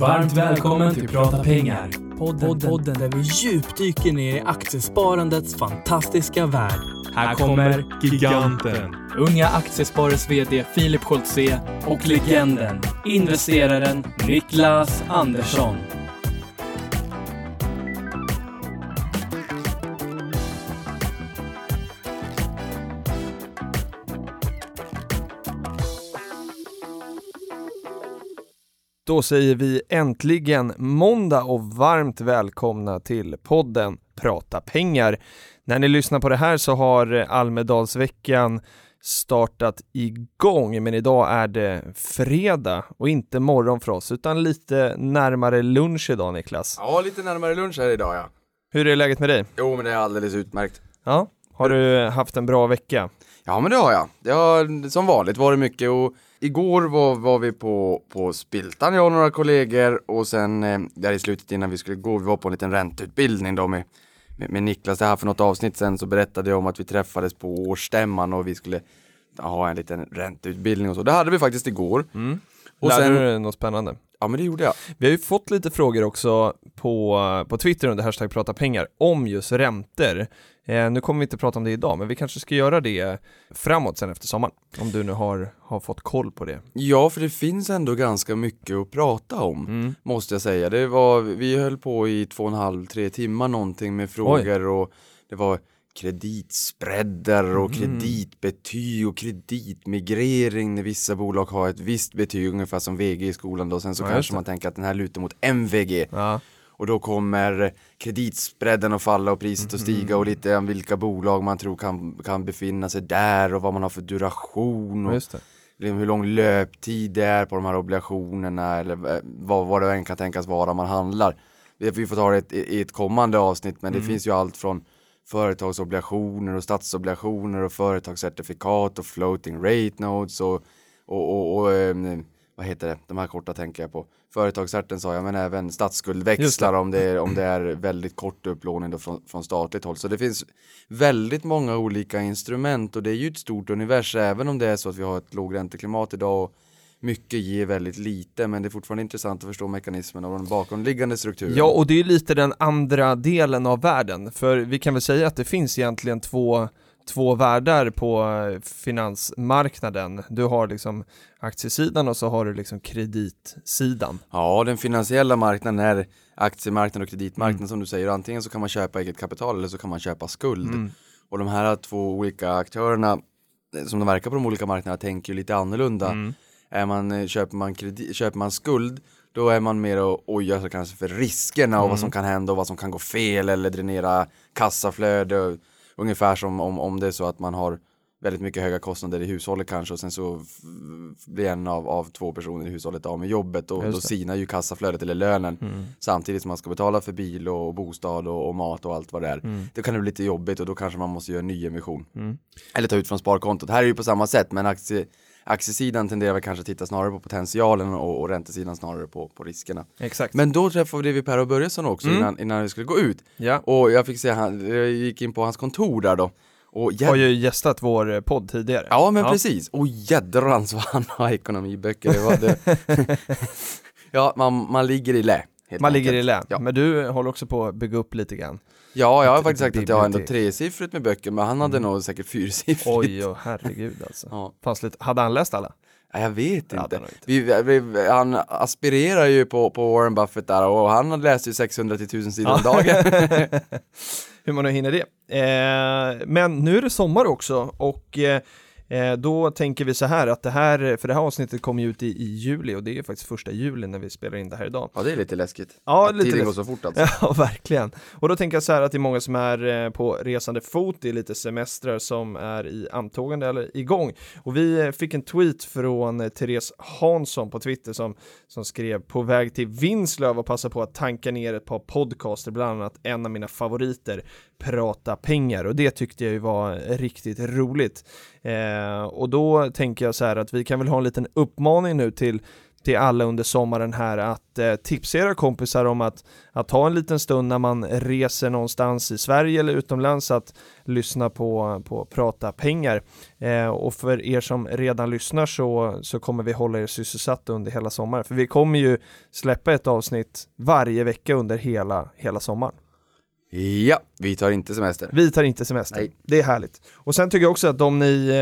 Varmt välkommen till Prata Pengar. Podden där vi djupdyker ner i aktiesparandets fantastiska värld. Här kommer giganten, Unga Aktiesparares vd Filip Scholtze och legenden, investeraren Niklas Andersson. Då säger vi äntligen måndag och varmt välkomna till podden Prata Pengar. När ni lyssnar på det här så har Almedalsveckan startat igång, men idag är det fredag och inte morgon för oss utan lite närmare lunch idag, Niklas. Ja, lite närmare lunch här idag, ja. Hur är läget med dig? Jo, men det är alldeles utmärkt. Ja, har du haft en bra vecka? Ja, men det har jag. Det har som vanligt varit mycket och igår var vi på Spiltan, jag och några kollegor, och sen där i slutet innan vi skulle gå, vi var på en liten ränteutbildning då med Niklas. Det här för något avsnitt sen så berättade jag om att vi träffades på årsstämman och vi skulle ha en liten ränteutbildning och så. Det hade vi faktiskt igår. Och Lärde sen, du något spännande? Ja, men det gjorde jag. Vi har ju fått lite frågor också på Twitter under hashtag Prata Pengar om just räntor. Nu kommer vi inte prata om det idag, men vi kanske ska göra det framåt sen efter sommaren. Om du nu har fått koll på det. Ja, för det finns ändå ganska mycket att prata om, måste jag säga. Vi höll på i 2,5-3 timmar någonting med frågor. Oj. Och det var kreditspreadar och kreditbetyg och kreditmigrering när vissa bolag har ett visst betyg ungefär som VG i skolan då. Sen så kanske man tänker att den här lutar mot MVG. Ja. Och då kommer kreditspreaden att falla och priset att stiga och lite om vilka bolag man tror kan befinna sig där och vad man har för duration och hur lång löptid det är på de här obligationerna eller vad det än kan tänkas vara man handlar. Vi får ta det i ett kommande avsnitt, men det finns ju allt från företagsobligationer och statsobligationer och företagscertifikat och floating rate notes och vad heter det? De här korta tänker jag på. Företagscerten sa jag, men även statsskuldväxlar om det är väldigt kort upplåning då från statligt håll. Så det finns väldigt många olika instrument och det är ju ett stort universum även om det är så att vi har ett lågränteklimat idag och mycket ger väldigt lite, men det är fortfarande intressant att förstå mekanismen och den bakomliggande strukturen. Ja, och det är lite den andra delen av världen. För vi kan väl säga att det finns egentligen två världar på finansmarknaden. Du har liksom aktiesidan och så har du liksom kreditsidan. Ja, den finansiella marknaden är aktiemarknaden och kreditmarknaden som du säger. Antingen så kan man köpa eget kapital eller så kan man köpa skuld. Och de här två olika aktörerna som de verkar på de olika marknaderna tänker ju lite annorlunda. Köper man skuld, då är man mer och ojar sig kanske för riskerna och vad som kan hända och vad som kan gå fel eller dränera kassaflöde. Ungefär som om det är så att man har väldigt mycket höga kostnader i hushållet kanske och sen så blir en av två personer i hushållet av med jobbet och då sinar ju kassaflödet eller lönen samtidigt som man ska betala för bil och bostad och mat och allt vad det är. Det kan bli lite jobbigt och då kanske man måste göra en ny emission. Eller ta ut från sparkontot. Här är det ju på samma sätt, men aktiesidan tenderar väl kanske att titta snarare på potentialen och räntesidan snarare på riskerna. Exakt. Men då träffade vi Per och Börjesson också innan vi skulle gå ut. Ja. Och jag fick se, jag gick in på hans kontor där då. Och har ju gästat vår podd tidigare. Ja, men precis. Och jädrans vad han har ekonomiböcker. Ja, man ligger i lä. Man ligger i lä. Ja. Men du håller också på att bygga upp lite grann. Ja, jag har faktiskt sagt att jag har ändå 3-siffrigt med böcker, men han hade nog säkert 4-siffrigt. Oj, herregud alltså. Ja. Hade han läst alla? Ja, jag vet inte. Han aspirerar ju på Warren Buffett där och han läste ju 600-1000 sidor om dagen. Hur man nu hinner det. Men nu är det sommar också och då tänker vi så här att det här avsnittet kommer ut i juli och det är faktiskt 1 juli när vi spelar in det här idag. Ja, det är lite läskigt. Ja, att tiden går så fort alltså. Ja, verkligen. Och då tänker jag så här att det är många som är på resande fot, det är lite semestrar som är i antågande eller igång. Och vi fick en tweet från Therese Hansson på Twitter som skrev på väg till Vinslöv och passa på att tanka ner ett par podcaster, bland annat en av mina favoriter, Prata Pengar, och det tyckte jag ju var riktigt roligt. Och då tänker jag så här att vi kan väl ha en liten uppmaning nu till till alla under sommaren här att tipsa era kompisar om att ta en liten stund när man reser någonstans i Sverige eller utomlands att lyssna på Prata pengar. Och för er som redan lyssnar så kommer vi hålla er sysselsatta under hela sommaren. För vi kommer ju släppa ett avsnitt varje vecka under hela sommaren. Ja, vi tar inte semester. Vi tar inte semester. Nej. Det är härligt. Och sen tycker jag också att de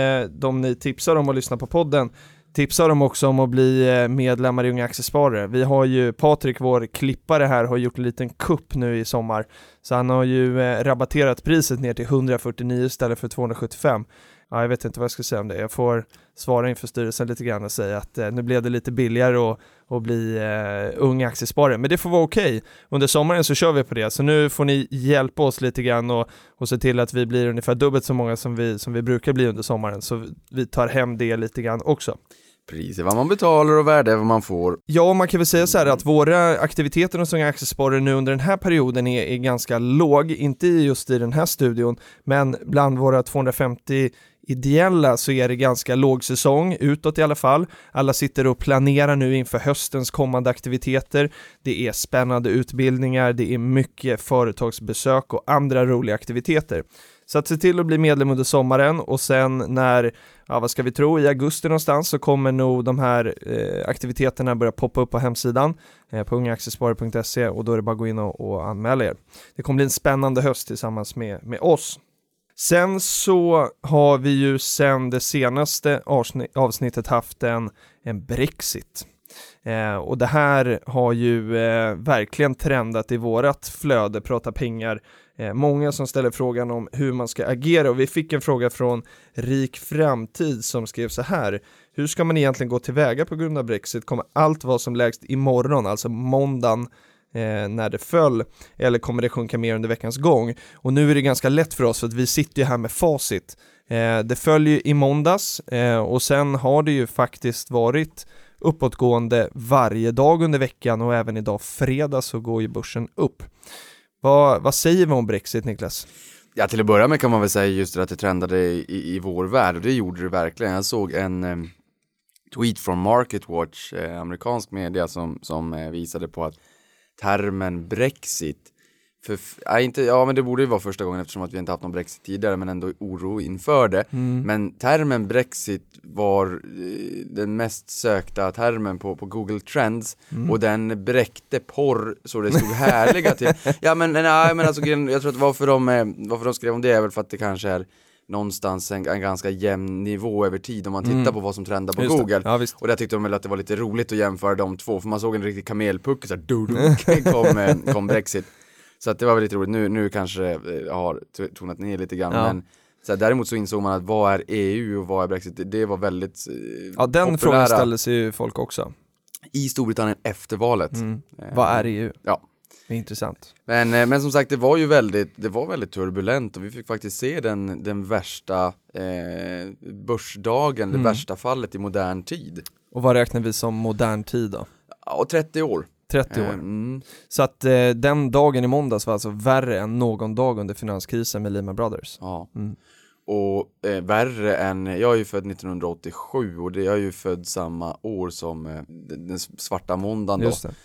ni tipsar om att lyssna på podden, tipsar dem också om att bli medlemmar i Unga Aktiesparare. Vi har ju Patrik, vår klippare här, har gjort en liten kupp nu i sommar. Så han har ju rabatterat priset ner till 149 istället för 275. Ja, jag vet inte vad jag ska säga om det. Jag får svara inför styrelsen lite grann och säga att nu blev det lite billigare att bli ung aktiesparare. Men det får vara okej. Under sommaren så kör vi på det. Så nu får ni hjälpa oss lite grann och se till att vi blir ungefär dubbelt så många som vi brukar bli under sommaren. Så vi tar hem det lite grann också. Pris är vad man betalar och värde är vad man får. Ja, man kan väl säga så här att våra aktiviteter hos Unga Aktiesparare nu under den här perioden är ganska låg. Inte just i den här studion, men bland våra 250 ideella så är det ganska låg säsong utåt i alla fall. Alla sitter och planerar nu inför höstens kommande aktiviteter. Det är spännande utbildningar, det är mycket företagsbesök och andra roliga aktiviteter. Så att se till att bli medlem under sommaren och sen när, vad ska vi tro, i augusti någonstans så kommer nog de här aktiviteterna börja poppa upp på hemsidan på ungaaktiesparare.se och då är det bara att gå in och anmäla er. Det kommer bli en spännande höst tillsammans med oss. Sen så har vi ju sen det senaste avsnittet haft en Brexit. Och det här har ju verkligen trendat i vårat flöde Prata pengar. Många som ställer frågan om hur man ska agera och vi fick en fråga från Rik Framtid som skrev så här: hur ska man egentligen gå tillväga på grund av Brexit? Kommer allt vara som lägst imorgon, alltså måndagen när det föll, eller kommer det sjunka mer under veckans gång? Och nu är det ganska lätt för oss för att vi sitter ju här med facit. Det föll ju i måndags och sen har det ju faktiskt varit uppåtgående varje dag under veckan och även idag fredag så går ju börsen upp. Vad säger vi om Brexit, Niklas? Ja, till att börja med kan man väl säga just det att det trendade i vår värld och det gjorde det verkligen. Jag såg en tweet från MarketWatch, amerikansk media som visade på att termen Brexit men det borde ju vara första gången eftersom att vi inte haft någon Brexit tidigare men ändå oro inför det. Men termen Brexit var den mest sökta termen på Google Trends och den bräckte porr så det stod härliga till. Men alltså jag tror att varför de skrev om det är väl för att det kanske är någonstans en ganska jämn nivå över tid om man tittar på vad som trendar på Google. Ja, och där tyckte de väl att det var lite roligt att jämföra de två för man såg en riktig kamelpuck så här kom Brexit. Så att det var väldigt roligt. Nu kanske har tonat ner lite grann men så här, däremot så insåg man att vad är EU och vad är Brexit? Det var väldigt den populära. Frågan ställer sig ju folk också. I Storbritannien efter valet. Vad är EU? Ja. Det är intressant. Men som sagt, det var väldigt turbulent och vi fick faktiskt se den värsta börsdagen, det värsta fallet i modern tid. Och vad räknar vi som modern tid då? Ja, 30 år. 30 år. Så att den dagen i måndags var alltså värre än någon dag under finanskrisen med Lehman Brothers. Ja. Och värre än, jag är ju född 1987 och jag är ju född samma år som den svarta måndagen då. Just det.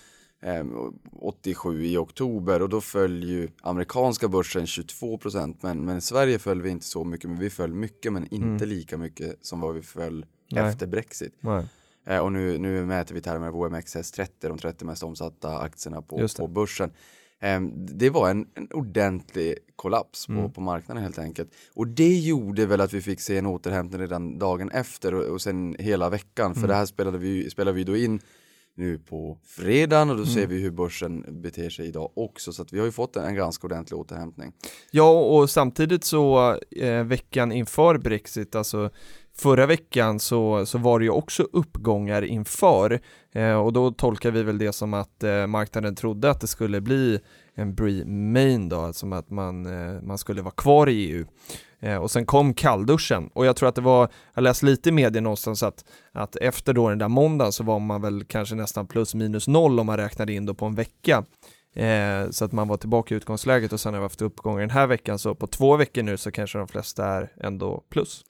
87 i oktober och då föll ju amerikanska börsen 22%, men i Sverige föll vi inte så mycket, men vi föll mycket men inte lika mycket som vad vi föll efter Brexit. Nej. Och nu mäter vi termer av OMXS30, de 30 mest omsatta aktierna på börsen. Det var en ordentlig kollaps på marknaden helt enkelt. Och det gjorde väl att vi fick se en återhämtning redan dagen efter och sen hela veckan. För det här spelar vi då in nu på fredagen och då ser vi hur börsen beter sig idag också. Så att vi har ju fått en ganska ordentlig återhämtning. Ja, och samtidigt så veckan inför Brexit, alltså förra veckan så var det ju också uppgångar inför och då tolkar vi väl det som att marknaden trodde att det skulle bli en remain då, alltså att man skulle vara kvar i EU. Och sen kom kallduschen och jag tror att jag läste lite i media någonstans att efter då den där måndagen så var man väl kanske nästan plus minus noll om man räknade in då på en vecka. Så att man var tillbaka i utgångsläget och sen har vi haft uppgångar den här veckan, så på 2 veckor nu så kanske de flesta är ändå plus.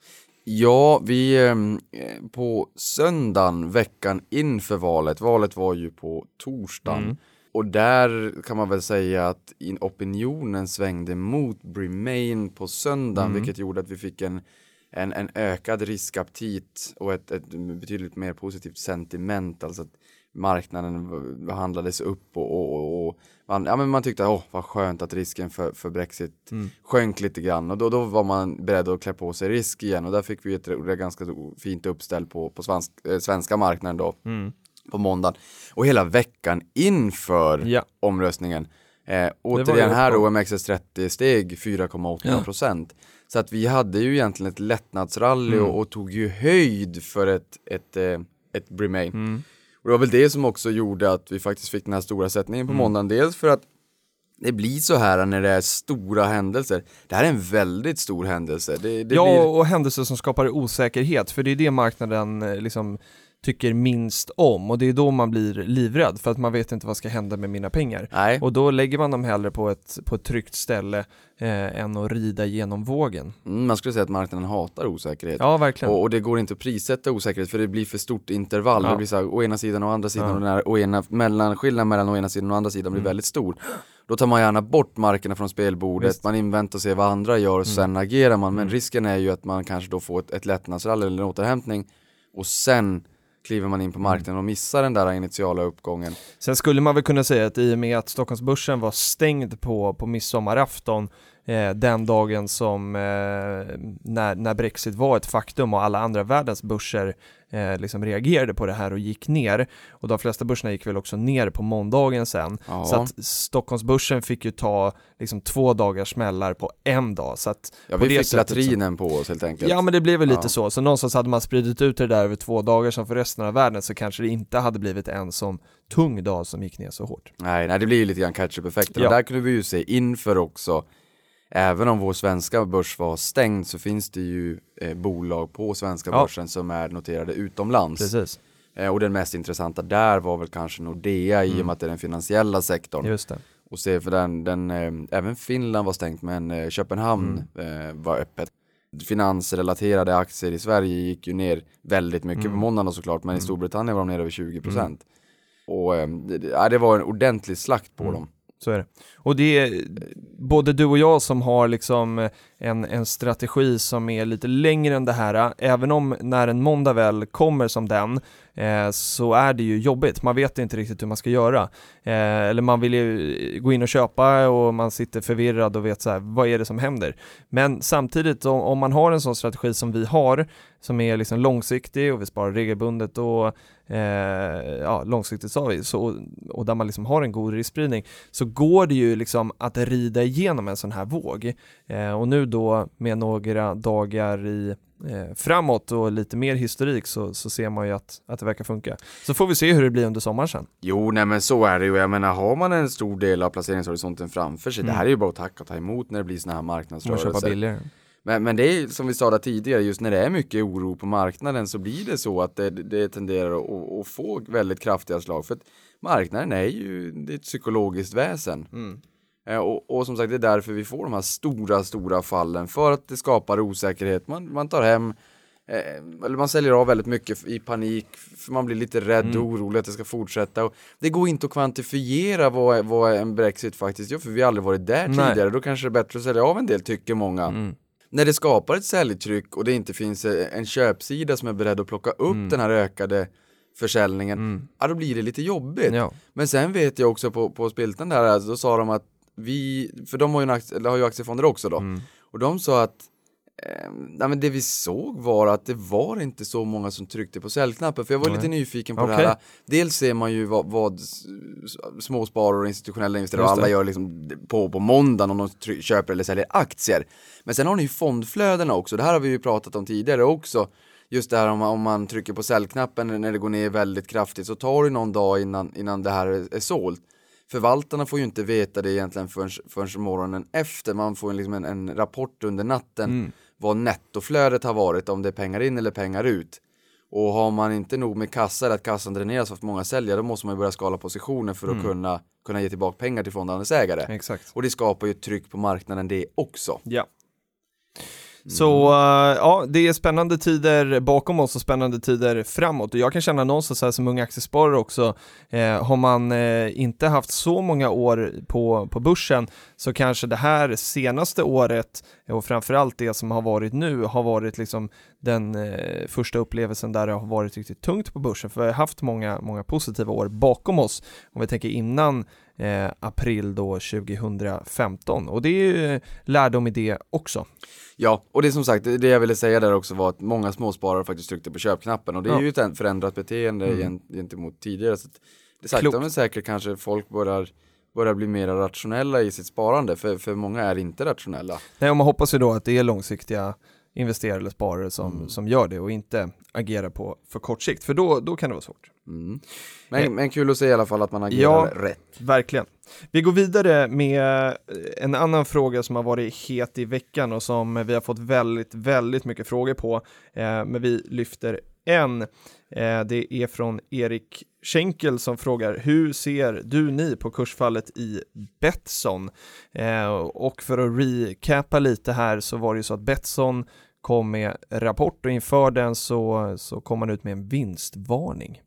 Ja, vi på söndagen, veckan inför valet var ju på torsdagen. Och där kan man väl säga att opinionen svängde mot Remain på söndagen, vilket gjorde att vi fick en ökad riskaptit och ett betydligt mer positivt sentiment, alltså att marknaden handlades upp och man tyckte vad skönt att risken för Brexit sjönk lite grann, och då var man beredd att klä på sig risk igen, och där fick vi ett ganska fint uppställ på svenska marknaden då på måndagen, och hela veckan inför omröstningen återigen här då OMXS30 steg 4,8%. Så att vi hade ju egentligen ett lättnadsrally och tog ju höjd för ett Remain. Och det var väl det som också gjorde att vi faktiskt fick den här stora sättningen på måndagen. Dels för att det blir så här när det är stora händelser. Det här är en väldigt stor händelse. Och händelser som skapar osäkerhet. För det är det marknaden liksom tycker minst om, och det är då man blir livrädd, för att man vet inte vad ska hända med mina pengar. Nej. Och då lägger man dem hellre på ett tryggt ställe än att rida genom vågen. Man skulle säga att marknaden hatar osäkerhet. Ja, verkligen. Och det går inte att prissätta osäkerhet, för det blir för stort intervall. Det blir så här, å ena sidan och andra sidan, och skillnaden mellan å ena sidan och andra sidan blir väldigt stor. Då tar man gärna bort markerna från spelbordet. Visst. Man inväntar och ser vad andra gör och sen agerar man. Men risken är ju att man kanske då får ett lättnadsrally eller en återhämtning, och sen kliver man in på marknaden och missar den där initiala uppgången. Sen skulle man väl kunna säga att i och med att Stockholmsbörsen var stängd på midsommarafton, den dagen som när Brexit var ett faktum och alla andra världens börser liksom reagerade på det här och gick ner, och de flesta börserna gick väl också ner på måndagen sen. Ja. Så att Stockholmsbörsen fick ju ta liksom 2 dagars smällar på en dag. Så att vi fick latrinen på oss helt enkelt. Ja, men det blev väl lite så någonstans hade man spridit ut det där över 2 dagar som för resten av världen, så kanske det inte hade blivit en sån tung dag som gick ner så hårt. Nej, det blir ju lite grann catch-up-effekten. Och där kunde vi ju se inför också, även om vår svenska börs var stängd, så finns det ju bolag på svenska börsen som är noterade utomlands. Precis. Och den mest intressanta där var väl kanske Nordea, i och med att det är den finansiella sektorn. Just det. Och se, för även Finland var stängt, men Köpenhamn var öppet. Finansrelaterade aktier i Sverige gick ju ner väldigt mycket på måndagen såklart, men i Storbritannien var de ner över 20%. Och det var en ordentlig slakt på dem. Så är det. Och det är både du och jag som har liksom en strategi som är lite längre än det här. Även om när en måndag väl kommer som den, så är det ju jobbigt. Man vet inte riktigt hur man ska göra. Eller man vill ju gå in och köpa och man sitter förvirrad och vet så här, vad är det som händer? Men samtidigt, om man har en sån strategi som vi har, som är liksom långsiktig och vi sparar regelbundet och långsiktigt sa vi, och där man liksom har en god riskspridning, så går det ju liksom att rida igenom en sån här våg. Och nu då med några dagar framåt och lite mer historik, så ser man ju att det verkar funka. Så får vi se hur det blir under sommaren sen. Jo, nej men så är det ju. Jag menar, har man en stor del av placeringshorisonten framför sig, det här är ju bara att tacka och ta emot när det blir såna här marknadsrörelser. Och köpa billigare. Men det är som vi sa där tidigare, just när det är mycket oro på marknaden så blir det så att det tenderar att få väldigt kraftiga slag. För att marknaden är ju ett psykologiskt väsen. Och som sagt, det är därför vi får de här stora fallen, för att det skapar osäkerhet. Man tar hem, eller man säljer av väldigt mycket i panik, för man blir lite rädd och orolig att det ska fortsätta. Och det går inte att kvantifiera vad en Brexit faktiskt gör, för vi har aldrig varit där tidigare. Då kanske det är bättre att sälja av en del, tycker många. När det skapar ett säljtryck och det inte finns en köpsida som är beredd att plocka upp den här ökade försäljningen, då blir det lite jobbigt. Ja. Men sen vet jag också på Spiltan där, alltså, då sa de att för de har ju aktiefonder också då, och de sa att men det vi såg var att det var inte så många som tryckte på säljknappen, för jag var lite nyfiken på det här. Dels ser man ju vad småsparare och institutionella investerare alla gör liksom på måndagen om de köper eller säljer aktier. Men sen har ni ju fondflödena också. Det här har vi ju pratat om tidigare också. Just det här om man trycker på säljknappen när det går ner väldigt kraftigt, så tar det någon dag innan det här är sålt. Förvaltarna får ju inte veta det egentligen förrän morgonen efter. Man får liksom en rapport under natten vad nettoflödet har varit, om det är pengar in eller pengar ut. Och har man inte nog med kassar, att kassan dräneras för många säljare, då måste man ju börja skala positioner för att kunna ge tillbaka pengar till fondandelsägare. Exakt. Och det skapar ju tryck på marknaden det också. Ja. Så ja, det är spännande tider bakom oss och spännande tider framåt. Och jag kan känna någonstans här som unga aktiesparare också, har man inte haft så många år på börsen, så kanske det här senaste året och framförallt det som har varit nu har varit liksom den första upplevelsen där det har varit riktigt tungt på börsen. För vi har haft många positiva år bakom oss, om vi tänker innan april då 2015, och det är ju lärdom i det också. Ja, och det är som sagt, det jag ville säga där också var att många småsparare faktiskt tryckte på köpknappen, och det är ju ett förändrat beteende gentemot tidigare, så att det sakta men säkert kanske folk börjar bli mer rationella i sitt sparande, för många är inte rationella. Nej, och man hoppas ju då att det är långsiktiga investerare eller sparare som gör det och inte agerar på för kort sikt, för då kan det vara svårt. Men kul att se i alla fall att man agerar rätt. Verkligen. Vi går vidare med en annan fråga som har varit het i veckan och som vi har fått väldigt, väldigt mycket frågor på, men vi lyfter en. Det är från Erik Schenkel som frågar: hur ser ni på kursfallet i Betsson? Och för att recapa lite här, så var det ju så att Betsson kom med rapport, och inför den så kom man ut med en vinstvarning.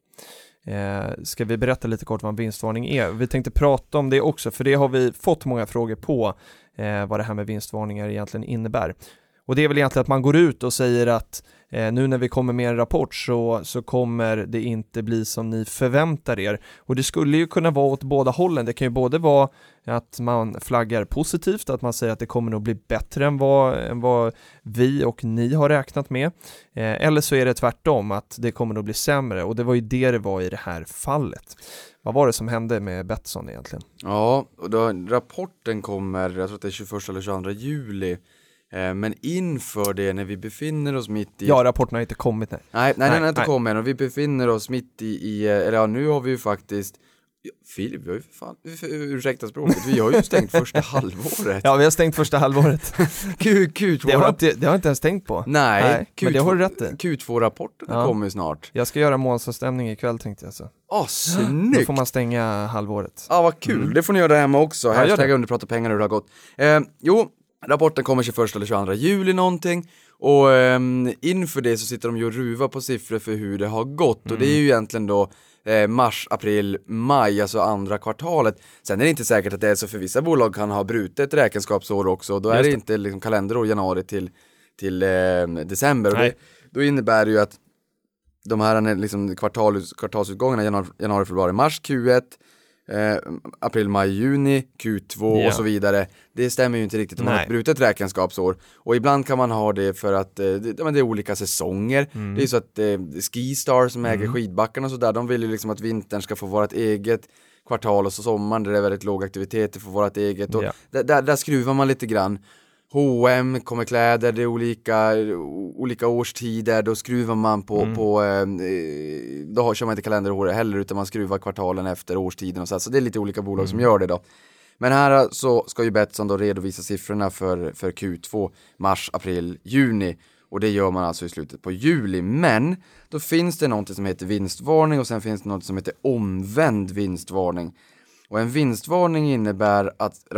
Ska vi berätta lite kort vad en vinstvarning är? Vi tänkte prata om det också, för det har vi fått många frågor på, vad det här med vinstvarningar egentligen innebär. Och det är väl egentligen att man går ut och säger att nu när vi kommer med en rapport så kommer det inte bli som ni förväntar er. Och det skulle ju kunna vara åt båda hållen. Det kan ju både vara att man flaggar positivt, att man säger att det kommer att bli bättre än vad vi och ni har räknat med. Eller så är det tvärtom, att det kommer att bli sämre. Och det var ju det var i det här fallet. Vad var det som hände med Betsson egentligen? Ja, och då, rapporten kommer, jag tror att det är 21 eller 22 juli. Men inför det, när vi befinner oss mitt i... Ja, rapporten har inte kommit. Nej, den har inte kommit än, och vi befinner oss mitt eller ja, nu har vi ju faktiskt... Filip, vi har ju för fan... Ursäkta språket, vi har ju stängt första halvåret. Ja, vi har stängt första halvåret. Q2... Det har jag inte ens tänkt på. Nej, men det har du rätt i. Q2-rapporten kommer snart. Jag ska göra månadsavstämning ikväll, tänkte jag så. Snyggt! Då får man stänga halvåret. Vad kul, det får ni göra hemma också. Hashtag underprata pengar hur det har gått. Rapporten kommer 21 eller 22 juli någonting, och inför det så sitter de ju och ruvar på siffror för hur det har gått, och det är ju egentligen då mars, april, maj, alltså andra kvartalet. Sen är det inte säkert att det är så, för vissa bolag kan ha brutit räkenskapsår också, och då är det inte liksom kalenderår januari till december, och då innebär det ju att de här liksom kvartalsutgångarna januari, februari, mars, Q1, april, maj, juni, Q2 och så vidare. Det stämmer ju inte riktigt om man har ett brutet räkenskapsår. Och ibland kan man ha det för att det är olika säsonger. Det är så att Skistar som äger skidbackarna och sådär, de vill ju liksom att vintern ska få vara ett eget kvartal, och så sommaren där det är väldigt låg aktivitet får vara ett eget. Och där skruvar man lite grann. H&M kommer kläder, det är olika årstider, då skruvar man på då kör man inte kalenderår heller, utan man skruvar kvartalen efter årstiden och så det är lite olika bolag som gör det då. Men här så ska ju Betsson då redovisa siffrorna för Q2, mars, april, juni, och det gör man alltså i slutet på juli. Men då finns det något som heter vinstvarning, och sen finns det något som heter omvänd vinstvarning. Och en vinstvarning innebär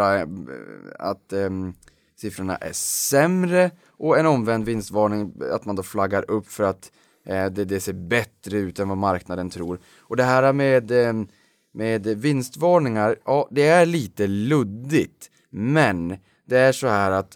att siffrorna är sämre, och en omvänd vinstvarning att man då flaggar upp för att det ser bättre ut än vad marknaden tror. Och det här med vinstvarningar, ja, det är lite luddigt, men det är så här att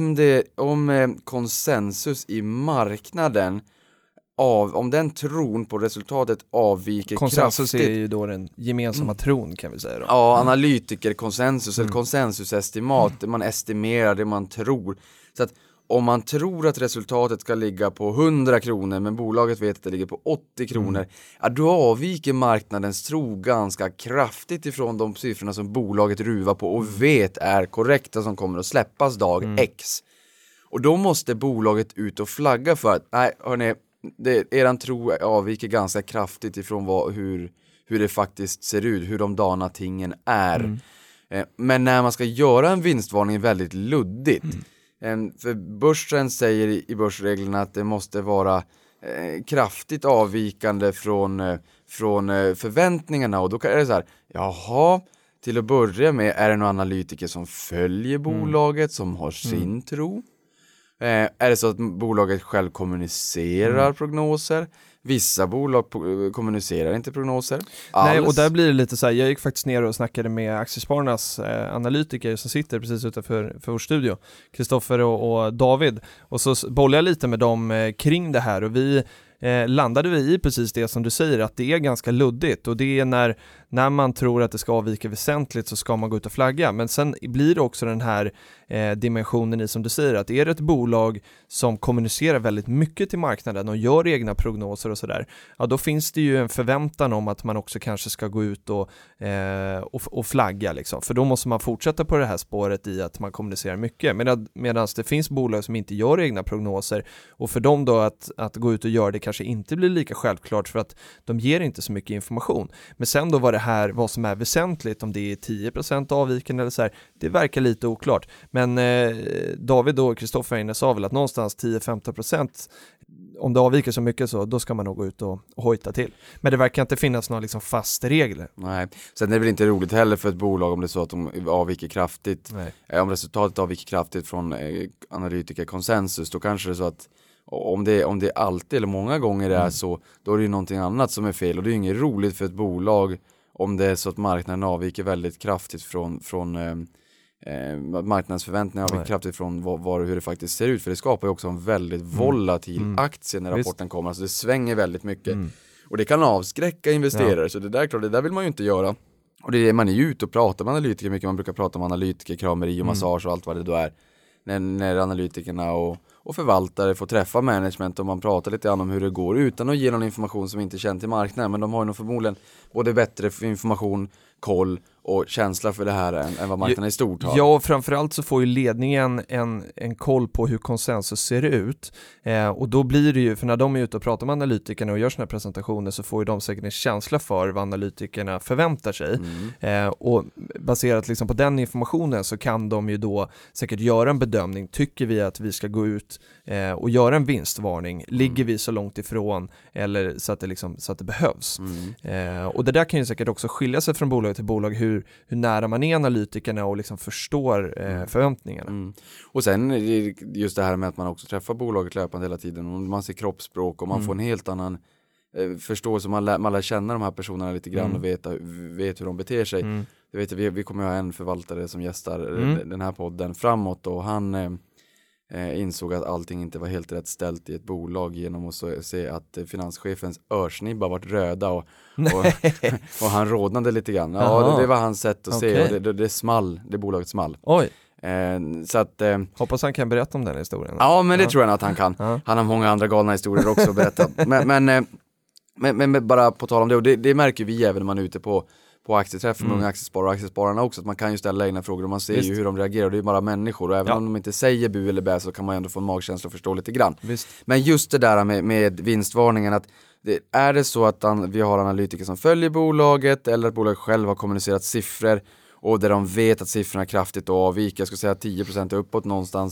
om konsensus i marknaden om den tron på resultatet avviker konsensus kraftigt. Är ju då den gemensamma tron, kan vi säga då. Ja, analytiker, konsensus eller konsensusestimat, man estimerar det man tror. Så att om man tror att resultatet ska ligga på 100 kronor, men bolaget vet att det ligger på 80 kronor, då avviker marknadens tro ganska kraftigt ifrån de siffrorna som bolaget ruvar på och vet är korrekta, som kommer att släppas dag X. Och då måste bolaget ut och flagga för att, nej hörni, eran tro avviker ganska kraftigt ifrån hur det faktiskt ser ut, hur de dana tingen är. Men när man ska göra en vinstvarning är väldigt luddigt. För börsen säger i börsreglerna att det måste vara kraftigt avvikande från förväntningarna, och då är det så här, jaha, till att börja med är det några analytiker som följer bolaget, som har sin tro. Är det så att bolaget själv kommunicerar prognoser? Vissa bolag kommunicerar inte prognoser alls. Nej, och där blir det lite så här, jag gick faktiskt ner och snackade med Aktiespararnas analytiker som sitter precis utanför vår studio, Kristoffer och David, och så bollade jag lite med dem kring det här, och vi landade vi i precis det som du säger, att det är ganska luddigt, och det är när man tror att det ska avvika väsentligt så ska man gå ut och flagga, men sen blir det också den här dimensionen i, som du säger, att är det ett bolag som kommunicerar väldigt mycket till marknaden och gör egna prognoser och sådär, ja då finns det ju en förväntan om att man också kanske ska gå ut och flagga liksom, för då måste man fortsätta på det här spåret i att man kommunicerar mycket, medan det finns bolag som inte gör egna prognoser, och för dem då att gå ut och göra det kanske inte blir lika självklart, för att de ger inte så mycket information. Men sen då vad som är väsentligt, om det är 10% avvikande eller så här, det verkar lite oklart. Men David och Kristoffer inne sa väl att någonstans 10-15%, om det avviker så mycket så, då ska man nog gå ut och hojta till. Men det verkar inte finnas några liksom fast regler. Nej, sen är det väl inte roligt heller för ett bolag om det är så att de avviker kraftigt. Nej. Om resultatet avviker kraftigt från analytikerkonsensus, då kanske det är så att om det alltid eller många gånger är så, då är det ju någonting annat som är fel, och det är ju inget roligt för ett bolag om det är så att marknaden avviker väldigt kraftigt från marknadens förväntningar avviker kraftigt från hur det faktiskt ser ut, för det skapar ju också en väldigt volatil aktie när rapporten kommer, alltså det svänger väldigt mycket och det kan avskräcka investerare, så det där vill man ju inte göra. Och det är man är ju ute och pratar med analytiker mycket, man brukar prata med analytiker, krameri och massage och allt vad det då är. När analytikerna och förvaltare får träffa management och man pratar lite grann om hur det går utan att ge någon information som inte är känd till marknaden, men de har ju nog förmodligen både bättre information, koll och känsla för det här än vad marknaden i stort har. Ja, och framförallt så får ju ledningen en koll på hur konsensus ser ut, och då blir det ju, för när de är ute och pratar med analytikerna och gör såna här presentationer, så får ju de säkert en känsla för vad analytikerna förväntar sig, och baserat liksom på den informationen så kan de ju då säkert göra en bedömning. Tycker vi att vi ska gå ut och göra en vinstvarning? Ligger vi så långt ifrån, eller så att det behövs? Och det där kan ju säkert också skilja sig från bolag till bolag, hur nära man är analytikerna och liksom förstår förväntningarna. Och sen just det här med att man också träffar bolaget löpande hela tiden, och man ser kroppsspråk och man får en helt annan förståelse, man lär känna de här personerna lite grann och vet hur de beter sig. Jag vet, vi kommer ha en förvaltare som gästar den här podden framåt, och han insåg att allting inte var helt rätt ställt i ett bolag genom att se att finanschefens örsnibbar varit röda och han rodnade lite grann. Ja, det var hans sätt att se, och det small, det bolaget small. Oj. Så att, hoppas han kan berätta om den historien. Ja, men det tror jag att han kan. Han har många andra galna historier också att berätta. Men bara på tal om det, och det märker vi även när man är ute på aktieträff med unga aktiesparare och aktiespararna också, att man kan ju ställa egna frågor och man ser ju hur de reagerar, och det är bara människor, och även om de inte säger bu eller bä så kan man ju ändå få en magkänsla och förstå lite grann. Men just det där med vinstvarningen, att är det så att vi har analytiker som följer bolaget, eller att bolaget själv har kommunicerat siffror och där de vet att siffrorna kraftigt avviker, jag skulle säga 10% uppåt någonstans,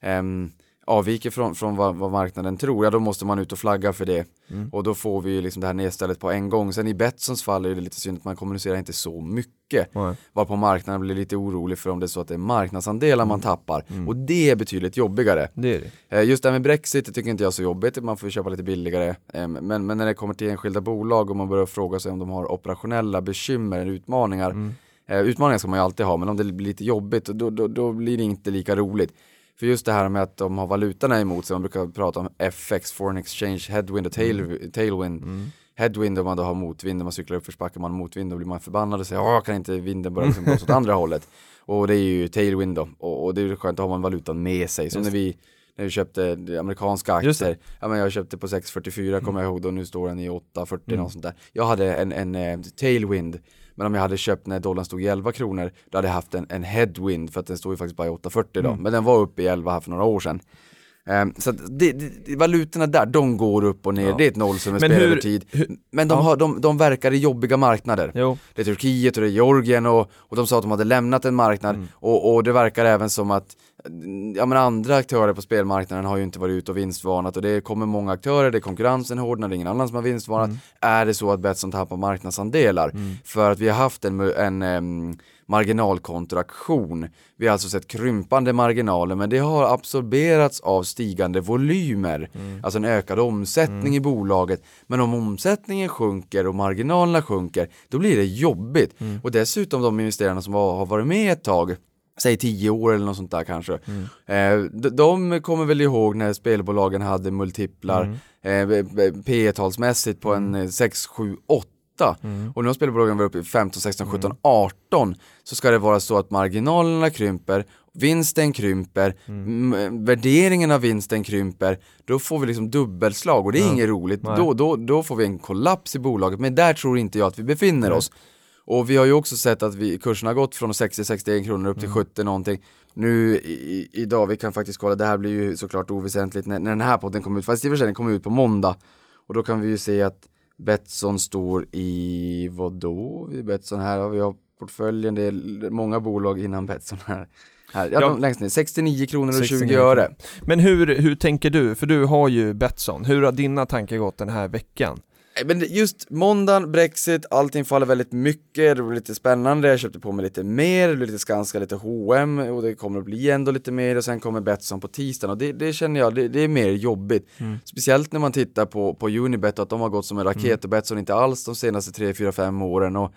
avviker från vad marknaden tror, ja då måste man ut och flagga för det. Och då får vi liksom det här nedstället på en gång. Sen i Betssons fall är det lite synd att man kommunicerar inte så mycket. Varpå marknaden blir lite orolig för om det är så att det är marknadsandelar man tappar. Och det är betydligt jobbigare. Det är det. Just det här med Brexit, det tycker inte jag är så jobbigt. Man får köpa lite billigare. Men när det kommer till enskilda bolag och man börjar fråga sig om de har operationella bekymmer eller utmaningar. Utmaningar ska man ju alltid ha, men om det blir lite jobbigt då blir det inte lika roligt. För just det här med att de har valutorna emot sig, man brukar prata om FX, foreign exchange, headwind och tailwind. Headwind om man då har motvind, om man cyklar upp för spackar man motvind, då blir man förbannad och säger kan inte vinden börja liksom blåsa åt andra hållet. Och det är ju tailwind då, och det är skönt att ha man valutan med sig. Så när vi köpte amerikanska aktier, jag köpte på 6,44 kommer jag ihåg, och nu står den i 8,40 och sånt där. Jag hade en tailwind. Men om jag hade köpt när dollarn stod i 11 kronor, då hade jag haft en headwind, för att den stod ju faktiskt bara i 8,40 då. Men den var uppe i 11 här för några år sedan. Så att valutorna där, de går upp och ner. Det är ett nollsummespel över tid. Men de verkar i jobbiga marknader. Det är Turkiet och det är Georgien, och de sa att de hade lämnat en marknad. Och det verkar även som att andra aktörer på spelmarknaden har ju inte varit ute och vinstvarnat, och det kommer många aktörer, det är konkurrensen hårdnar, det är ingen annan som har vinstvarnat. Är det så att Betsson tappar marknadsandelar för att vi har haft en marginalkontraktion. Vi har alltså sett krympande marginaler, men det har absorberats av stigande volymer. Alltså en ökad omsättning i bolaget. Men om omsättningen sjunker och marginalerna sjunker, då blir det jobbigt. Och dessutom de investerarna som har varit med ett tag, säg 10 år eller något sånt där kanske. De kommer väl ihåg när spelbolagen hade multiplar P-talsmässigt på en 6, 7, 8. Och nu har spelbolagen varit uppe i 15, 16, 17, 18. Så ska det vara så att marginalerna krymper, vinsten krymper, värderingen av vinsten krymper. Då får vi liksom dubbelslag, och det är inget roligt. Då får vi en kollaps i bolaget. Men där tror inte jag att vi befinner oss. Och vi har ju också sett att kursen har gått från 60-61 kronor upp till 70 någonting. Nu idag, vi kan faktiskt kolla, det här blir ju såklart oväsentligt när den här podden kommer ut. Fast i och för sig den kommer ut på måndag. Och då kan vi ju se att Betsson står i vadå? Betsson här har vi portföljen, det är många bolag innan Betsson här. Längst ner, 69 kronor och 20 öre. Men hur tänker du? För du har ju Betsson. Hur har dina tankar gått den här veckan? Men just måndagen, Brexit, allting faller väldigt mycket. Det blir lite spännande, jag köpte på mig lite mer. Det blir lite Skanska, lite H&M, och det kommer att bli ändå lite mer. Och sen kommer Betsson på tisdagen, och det känner jag, det är mer jobbigt. Speciellt när man tittar på Unibet, att de har gått som en raket och Betsson inte alls de senaste 3-4-5 åren. Och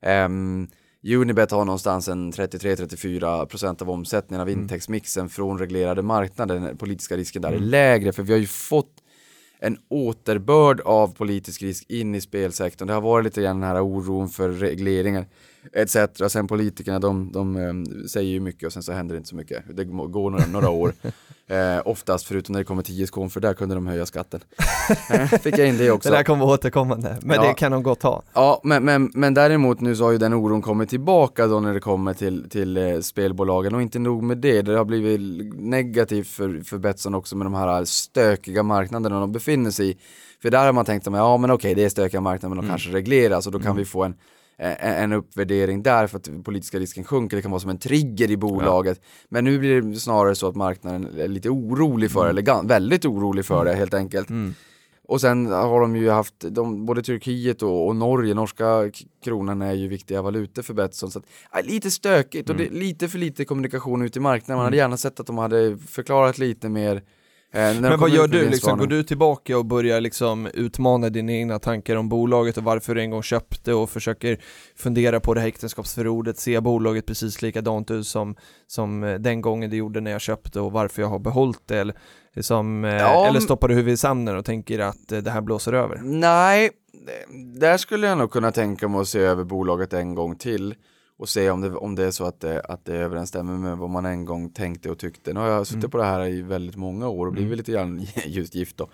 Unibet har någonstans en 33-34% av omsättningen av intäktsmixen från reglerade marknader. Den politiska risken där är lägre, för vi har ju fått en återbörd av politisk risk in i spelsektorn. Det har varit lite grann den här oron för regleringar etc. Sen politikerna, de säger ju mycket och sen så händer det inte så mycket. Det går några år. Oftast, förutom när det kommer 10 skon, för där kunde de höja skatten. Fick jag in det också. Det där kommer återkommande, men det kan de gott ha. Ja, men däremot nu så har ju den oron kommit tillbaka då när det kommer till spelbolagen, och inte nog med det. Det har blivit negativt för Betsson också med de här stökiga marknaderna de befinner sig i. För där har man tänkt att men okej, det är stökiga marknader, men de kanske regleras, och då kan vi få en uppvärdering där för att den politiska risken sjunker. Det kan vara som en trigger i bolaget. Men nu blir det snarare så att marknaden är lite orolig för eller väldigt orolig för det helt enkelt. Och sen har de ju haft både Turkiet och Norge, norska kronan är ju viktiga valutor för Betsson, så att, lite stökigt och det är lite för lite kommunikation ut i marknaden. Man hade gärna sett att de hade förklarat lite mer. Men vad gör du? Liksom, går du tillbaka och börjar liksom utmana dina egna tankar om bolaget och varför du en gång köpte, och försöker fundera på det här äktenskapsförordet, se bolaget precis likadant ut som den gången det gjorde när jag köpte, och varför jag har behållit det, eller stoppar du huvudet i sanden och tänker att det här blåser över? Nej, där skulle jag nog kunna tänka mig att se över bolaget en gång till och se om det är så att det överensstämmer med vad man en gång tänkte och tyckte. Nu har jag suttit på det här i väldigt många år och blivit lite grann just gift då.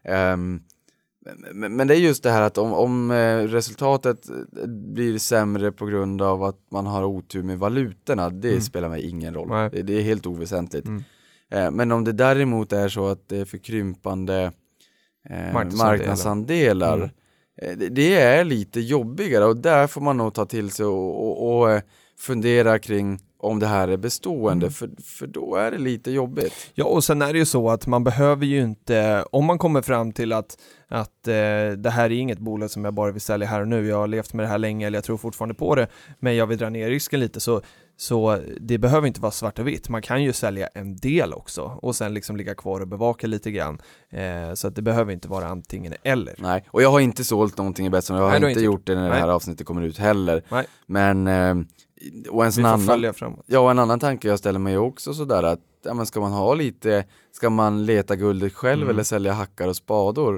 Men det är just det här att om resultatet blir sämre på grund av att man har otur med valutorna, det spelar mig ingen roll. Det är helt oväsentligt. Men om det däremot är så att det är för krympande marknadsandelar, det är lite jobbigare, och där får man nog ta till sig och fundera kring om det här är bestående, för då är det lite jobbigt. Ja, och sen är det ju så att man behöver ju inte, om man kommer fram till att det här är inget bolag som jag bara vill sälja här och nu, jag har levt med det här länge, eller jag tror fortfarande på det, men jag vill dra ner risken lite, så det behöver inte vara svart och vitt. Man kan ju sälja en del också och sen liksom ligga kvar och bevaka lite grann. Så att det behöver inte vara antingen eller. Nej, och jag har inte sålt någonting i Betsson. Jag har inte gjort det när det här avsnittet kommer ut heller. Nej. Men och en annan tanke jag ställer mig också sådär att ska man ha lite, ska man leta guldet själv eller sälja hackar och spadar.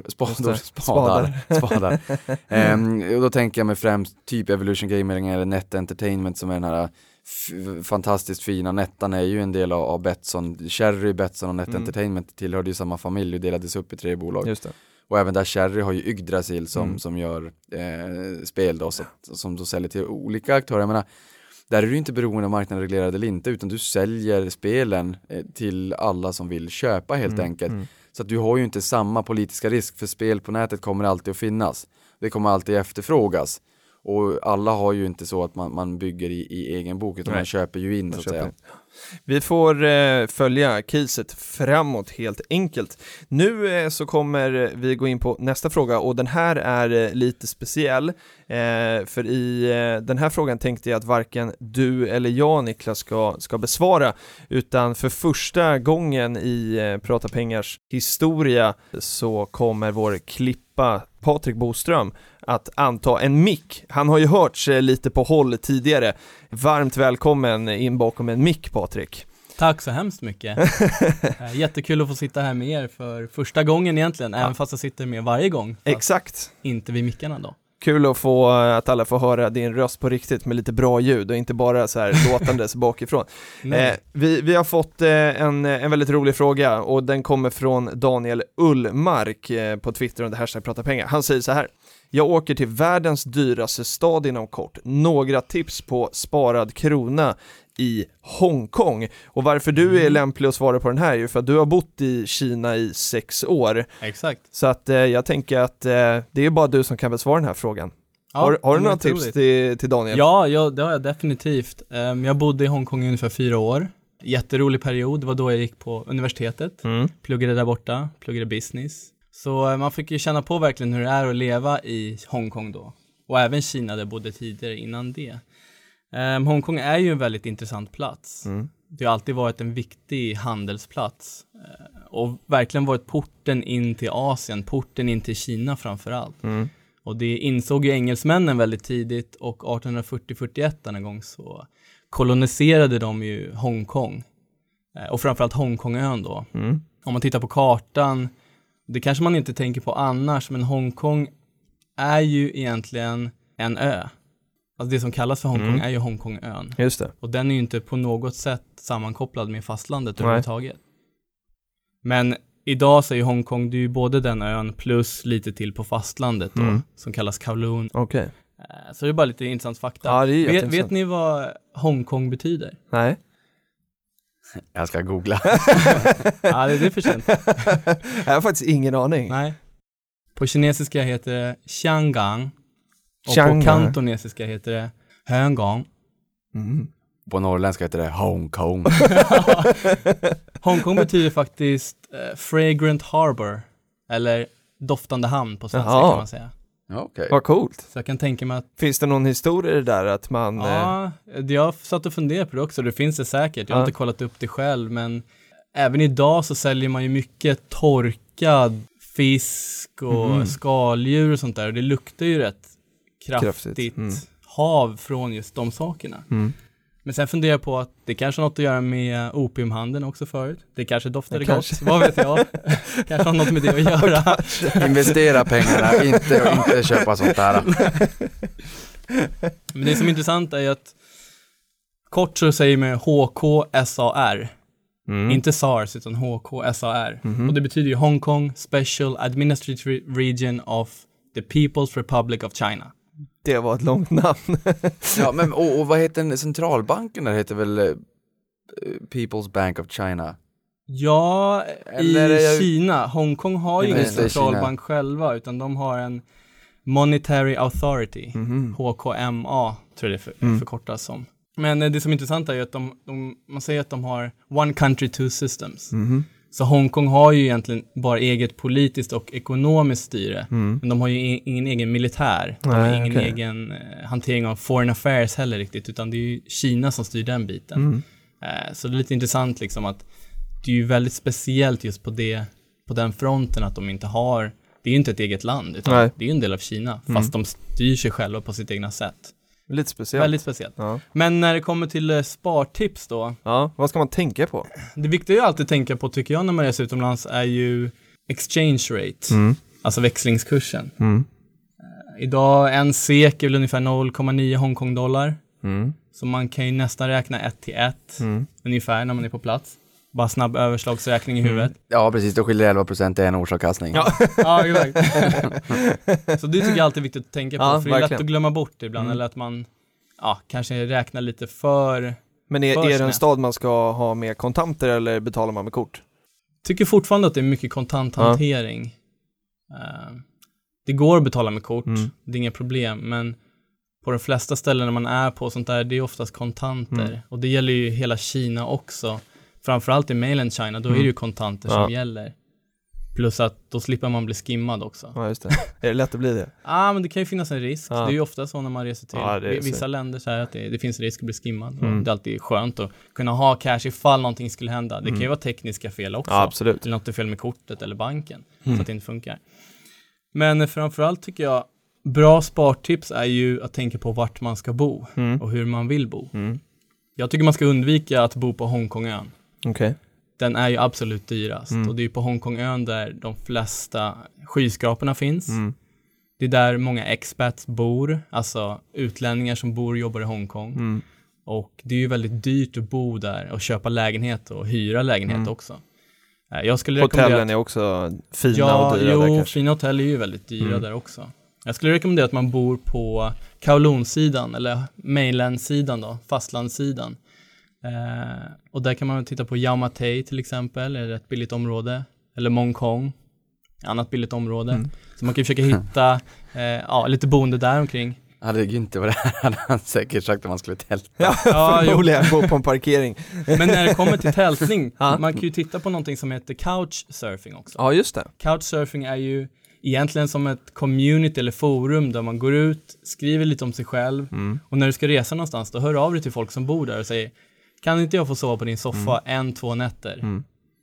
Och då tänker jag mig främst typ Evolution Gaming eller Net Entertainment, som är den här fantastiskt fina. Nettan är ju en del av Betsson. Cherry, Betsson och Net Entertainment tillhörde ju samma familj och delades upp i 3 bolag. Just det. Och även där Cherry har ju Yggdrasil som gör spel då, som då säljer till olika aktörer. Jag menar, där är du inte beroende av marknaden reglerad eller inte, utan du säljer spelen till alla som vill köpa helt enkelt. Så att du har ju inte samma politiska risk, för spel på nätet kommer alltid att finnas. Det kommer alltid efterfrågas. Och alla har ju inte så att man bygger i egen bok, utan man köper ju in så att säga. Vi får följa caset framåt helt enkelt. Nu så kommer vi gå in på nästa fråga, och den här är lite speciell. För i den här frågan tänkte jag att varken du eller jag, Niklas, ska besvara, utan för första gången i Prata Pengars historia så kommer vår klippa Patrik Boström att anta en mick. Han har ju hörts lite på håll tidigare. Varmt välkommen in bakom en mick, Patrik. Tack så hemskt mycket. Jättekul att få sitta här med er för första gången egentligen, även fast jag sitter med varje gång. Exakt. Inte vid mickarna då. Kul att alla får höra din röst på riktigt med lite bra ljud och inte bara så här låtandes bakifrån. Vi har fått en väldigt rolig fråga, och den kommer från Daniel Ullmark på Twitter under hashtag Prata Pengar. Han säger så här: jag åker till världens dyraste stad inom kort. Några tips på sparad krona i Hongkong. Och varför du är lämplig att svara på den här är ju för att du har bott i Kina i 6 år. Exakt. Så att jag tänker att det är bara du som kan besvara den här frågan. Ja, har du några tips till Daniel? Ja, det har jag definitivt. Jag bodde i Hongkong i ungefär 4 år. Jätterolig period. Det var då jag gick på universitetet. Pluggade där borta. Pluggade business. Så man fick ju känna på verkligen hur det är att leva i Hongkong då. Och även Kina där jag bodde tidigare innan det. Hongkong är ju en väldigt intressant plats. Det har alltid varit en viktig handelsplats. Och verkligen varit porten in till Asien. Porten in till Kina framförallt. Och det insåg ju engelsmännen väldigt tidigt. Och 1840-41 en gång så koloniserade de ju Hongkong. Och framförallt Hongkongön då. Om man tittar på kartan, det kanske man inte tänker på annars, men Hongkong är ju egentligen en ö. Alltså det som kallas för Hongkong är ju Hongkongön. Just det. Och den är ju inte på något sätt sammankopplad med fastlandet överhuvudtaget. Men idag så är ju Hongkong, det är ju både den ön plus lite till på fastlandet då, som kallas Kowloon. Okej. Så det är bara lite intressant fakta. Ja, det är jätteintressant. Vet ni vad Hongkong betyder? Nej. Jag ska googla. Ja, det är för sent. Jag har faktiskt ingen aning. Nej. På kinesiska heter det Xiangang. Och Shanghai. på kantonesiska heter det Hongkong. På norrländska heter det Hongkong. Hongkong betyder faktiskt fragrant harbor. Eller doftande hamn på svenska kan man säga. Okay. Vad coolt. Så jag kan tänka mig att... Finns det någon historia i det där att man... Ja, jag satt och funderade på det också. Det finns det säkert. Jag har inte kollat upp det själv. Men även idag så säljer man ju mycket torkad fisk och skaldjur och sånt där. Och det luktar ju rätt kraftigt hav från just de sakerna. Men sen funderar jag på att det kanske har något att göra med opiumhandeln också förut. Det kanske doftade gott, vad vet jag. Kanske har något med det att göra. Investera pengarna, inte köpa sånt där. Men det som är intressant är att kort så säger man HKSAR. Inte SARS utan HKSAR. Och det betyder ju Hong Kong Special Administrative Region of the People's Republic of China. Det var ett långt namn. Ja, men och vad heter den centralbanken där? Heter väl People's Bank of China? Ja, i Kina. Hongkong har ju ingen centralbank själva, utan de har en Monetary Authority. HKMA tror jag det förkortas som. Men det som är intressant är ju att man säger att de har one country, two systems. Så Hongkong har ju egentligen bara eget politiskt och ekonomiskt styre. Men de har ju ingen egen militär. De har ingen egen hantering av foreign affairs heller riktigt. Utan det är ju Kina som styr den biten. Så det är lite intressant liksom att det är ju väldigt speciellt just på den fronten att de inte har... Det är ju inte ett eget land, utan det är ju en del av Kina. Fast de styr sig själva på sitt egna sätt. Lite speciellt. Väldigt speciellt. Ja. Men när det kommer till spartips då. Ja, vad ska man tänka på? Det viktiga att alltid tänka på tycker jag när man reser utomlands är ju exchange rate. Alltså växlingskursen. Idag en SEK är väl ungefär 0,9 Hongkong-dollar. Så man kan ju nästan räkna 1 till 1 ungefär när man är på plats. Bara snabb överslagsräkning i huvudet. Ja, precis. Då skiljer 11% i en orsakskastning. Ja, exakt. Så det tycker jag alltid är viktigt att tänka på. För det är lätt att glömma bort det ibland. Eller att man kanske räknar lite för... Men är det en stad man ska ha med kontanter eller betalar man med kort? Tycker fortfarande att det är mycket kontanthantering. Det går att betala med kort. Det är inga problem. Men på de flesta ställen när man är på sånt där, det är oftast kontanter. Och det gäller ju hela Kina också. Framförallt i mainland China, då är det ju kontanter som gäller. Plus att då slipper man bli skimmad också. Ja, just det. Är det lätt att bli det? Men det kan ju finnas en risk. Det är ju ofta så när man reser till vissa länder så här att det finns risk att bli skimmad. Och det är alltid skönt att kunna ha cash ifall någonting skulle hända. Det kan ju vara tekniska fel också. Ja, absolut. Eller något är fel med kortet eller banken. Så att det inte funkar. Men framförallt tycker jag bra spartips är ju att tänka på vart man ska bo. Och hur man vill bo. Jag tycker man ska undvika att bo på Hongkongön. Okej. Den är ju absolut dyrast. Och det är ju på Hongkongön där de flesta skyskraporna finns. Det är där många expats bor. Alltså utlänningar som bor och jobbar i Hongkong. Och det är ju väldigt dyrt att bo där och köpa lägenhet och hyra lägenhet också. Jag skulle Hotellen är också fina och dyra där kanske. Fina hotell är ju väldigt dyra där också. Jag skulle rekommendera att man bor på Kowloon-sidan eller mainland-sidan då, fastlandssidan. Och där kan man titta på Yau Ma Tei till exempel, är ett billigt område. Eller Mong Kong, annat billigt område. Så man kan försöka hitta lite boende där omkring. Hade det inte varit det hade han säkert sagt att man skulle tälta. Ja, förmodligen bo på en parkering. Men när det kommer till tältning, man kan ju titta på någonting som heter couchsurfing också. Ja, just det. Couchsurfing är ju egentligen som ett community eller forum där man går ut, skriver lite om sig själv. Och när du ska resa någonstans, då hör av dig till folk som bor där och säger: kan inte jag få sova på din soffa 1-2 nätter?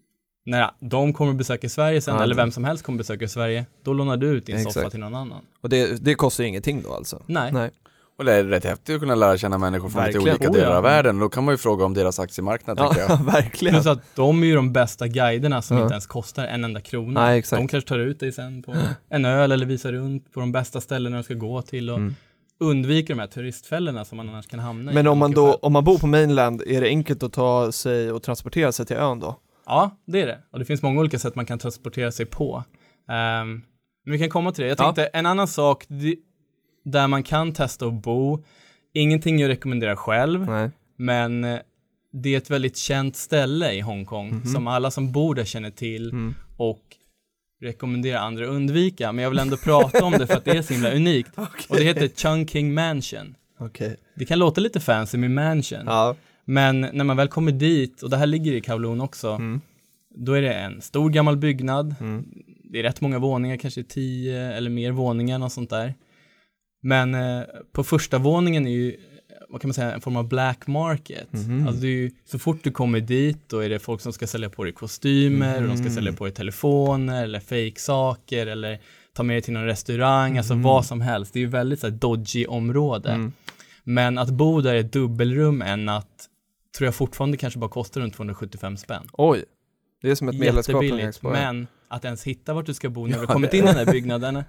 När de kommer besöka Sverige sen, eller vem som helst kommer besöka Sverige, då lånar du ut din soffa till någon annan. Och det kostar ingenting då alltså? Nej. Och det är rätt häftigt att kunna lära känna människor från lite olika delar av världen. Då kan man ju fråga om deras aktiemarknad, tänker jag. Ja, verkligen. Plus att de är ju de bästa guiderna som inte ens kostar en enda krona. Nej, exakt. De kanske tar ut dig sen på en öl eller visar runt på de bästa ställena de ska gå till och undviker de här turistfällorna som man annars kan hamna i. Men om man bor på mainland, är det enkelt att ta sig och transportera sig till ön då? Ja, det är det. Och det finns många olika sätt man kan transportera sig på. Men vi kan komma till det. Jag tänkte en annan sak där man kan testa att bo. Ingenting jag rekommenderar själv. Nej. Men det är ett väldigt känt ställe i Hongkong som alla som bor där känner till och rekommenderar andra att undvika. Men jag vill ändå prata om det för att det är så himla unikt. Och det heter Chungking Mansion. Det kan låta lite fancy med mansion. Ja. Men när man väl kommer dit, och det här ligger i Kowloon också, då är det en stor gammal byggnad. Det är rätt många våningar, kanske 10 eller mer våningar och sånt där. Men på första våningen är ju, vad kan man säga, en form av black market. Alltså det är ju, så fort du kommer dit, då är det folk som ska sälja på dig kostymer, och de ska sälja på dig telefoner eller fake-saker eller ta med dig till någon restaurang, alltså vad som helst. Det är ju väldigt så här dodgy område. Men att bo där i ett dubbelrum än att, tror jag fortfarande kanske bara kostar runt 275 spänn. Oj, det är som ett medlemskap. Jättebilligt, men att ens hitta vart du ska bo när du kommit in i den här byggnaden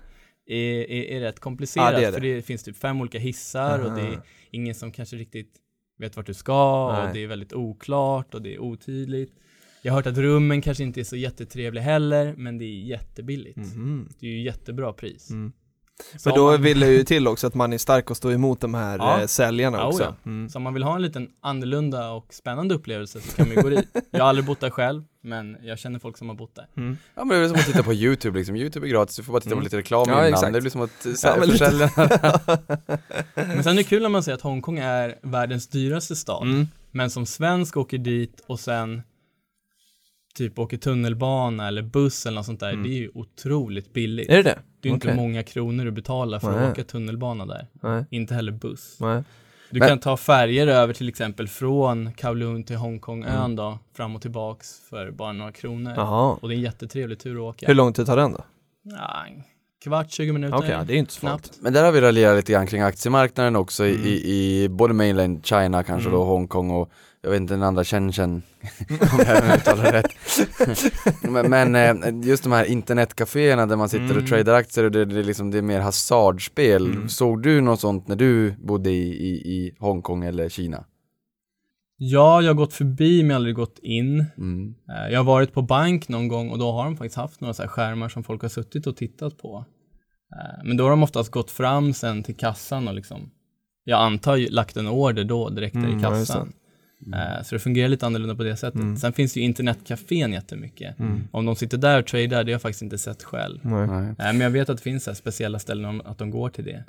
är rätt komplicerat. Ja, det är det. För det finns typ 5 olika hissar och det är ingen som kanske riktigt vet vart du ska. Och det är väldigt oklart och det är otydligt. Jag har hört att rummen kanske inte är så jättetrevliga heller, men det är jättebilligt. Det är ju jättebra pris. Men då vill det ju till också att man är stark och står emot de här säljarna också. Så om man vill ha en liten annorlunda och spännande upplevelse så kan man ju gå dit. Jag har aldrig bott där själv, men jag känner folk som har bott där. Ja, men det är som att titta på YouTube liksom. YouTube är gratis, du får bara titta på lite reklam innan. Exakt. Det blir som att försälja. Men sen är det kul när man säger att Hongkong är världens dyraste stad. Men som svensk åker dit och sen typ åker tunnelbana eller buss eller något sånt där, det är ju otroligt billigt. Är det? Det är inte många kronor du betalar för att åka tunnelbana där. Inte heller buss. Du kan ta färger över till exempel från Kowloon till Hongkong-ön då, fram och tillbaks för bara några kronor. Och det är en jättetrevlig tur att åka. Hur lång tid tar den då? Ja, kvart, 20 minuter. Okej, det är inte så snabbt. Men där har vi raljerat lite grann kring aktiemarknaden också i både mainland China kanske då, Hongkong och jag vet inte den andra Shenzhen om jag uttalar rätt. men just de här internetcaféerna där man sitter och tradar aktier och det är mer hasardspel. Såg du något sånt när du bodde i Hongkong eller Kina? Ja, jag har gått förbi men aldrig gått in. Jag har varit på bank någon gång och då har de faktiskt haft några så här skärmar som folk har suttit och tittat på. Men då har de oftast gått fram sen till kassan och liksom, jag antar lagt en order då direkt där i kassan. Så det fungerar lite annorlunda på det sättet. Sen finns ju internetcafén jättemycket. Om de sitter där och tradar, det har jag faktiskt inte sett själv. Men jag vet att det finns så här speciella ställen att de går till det.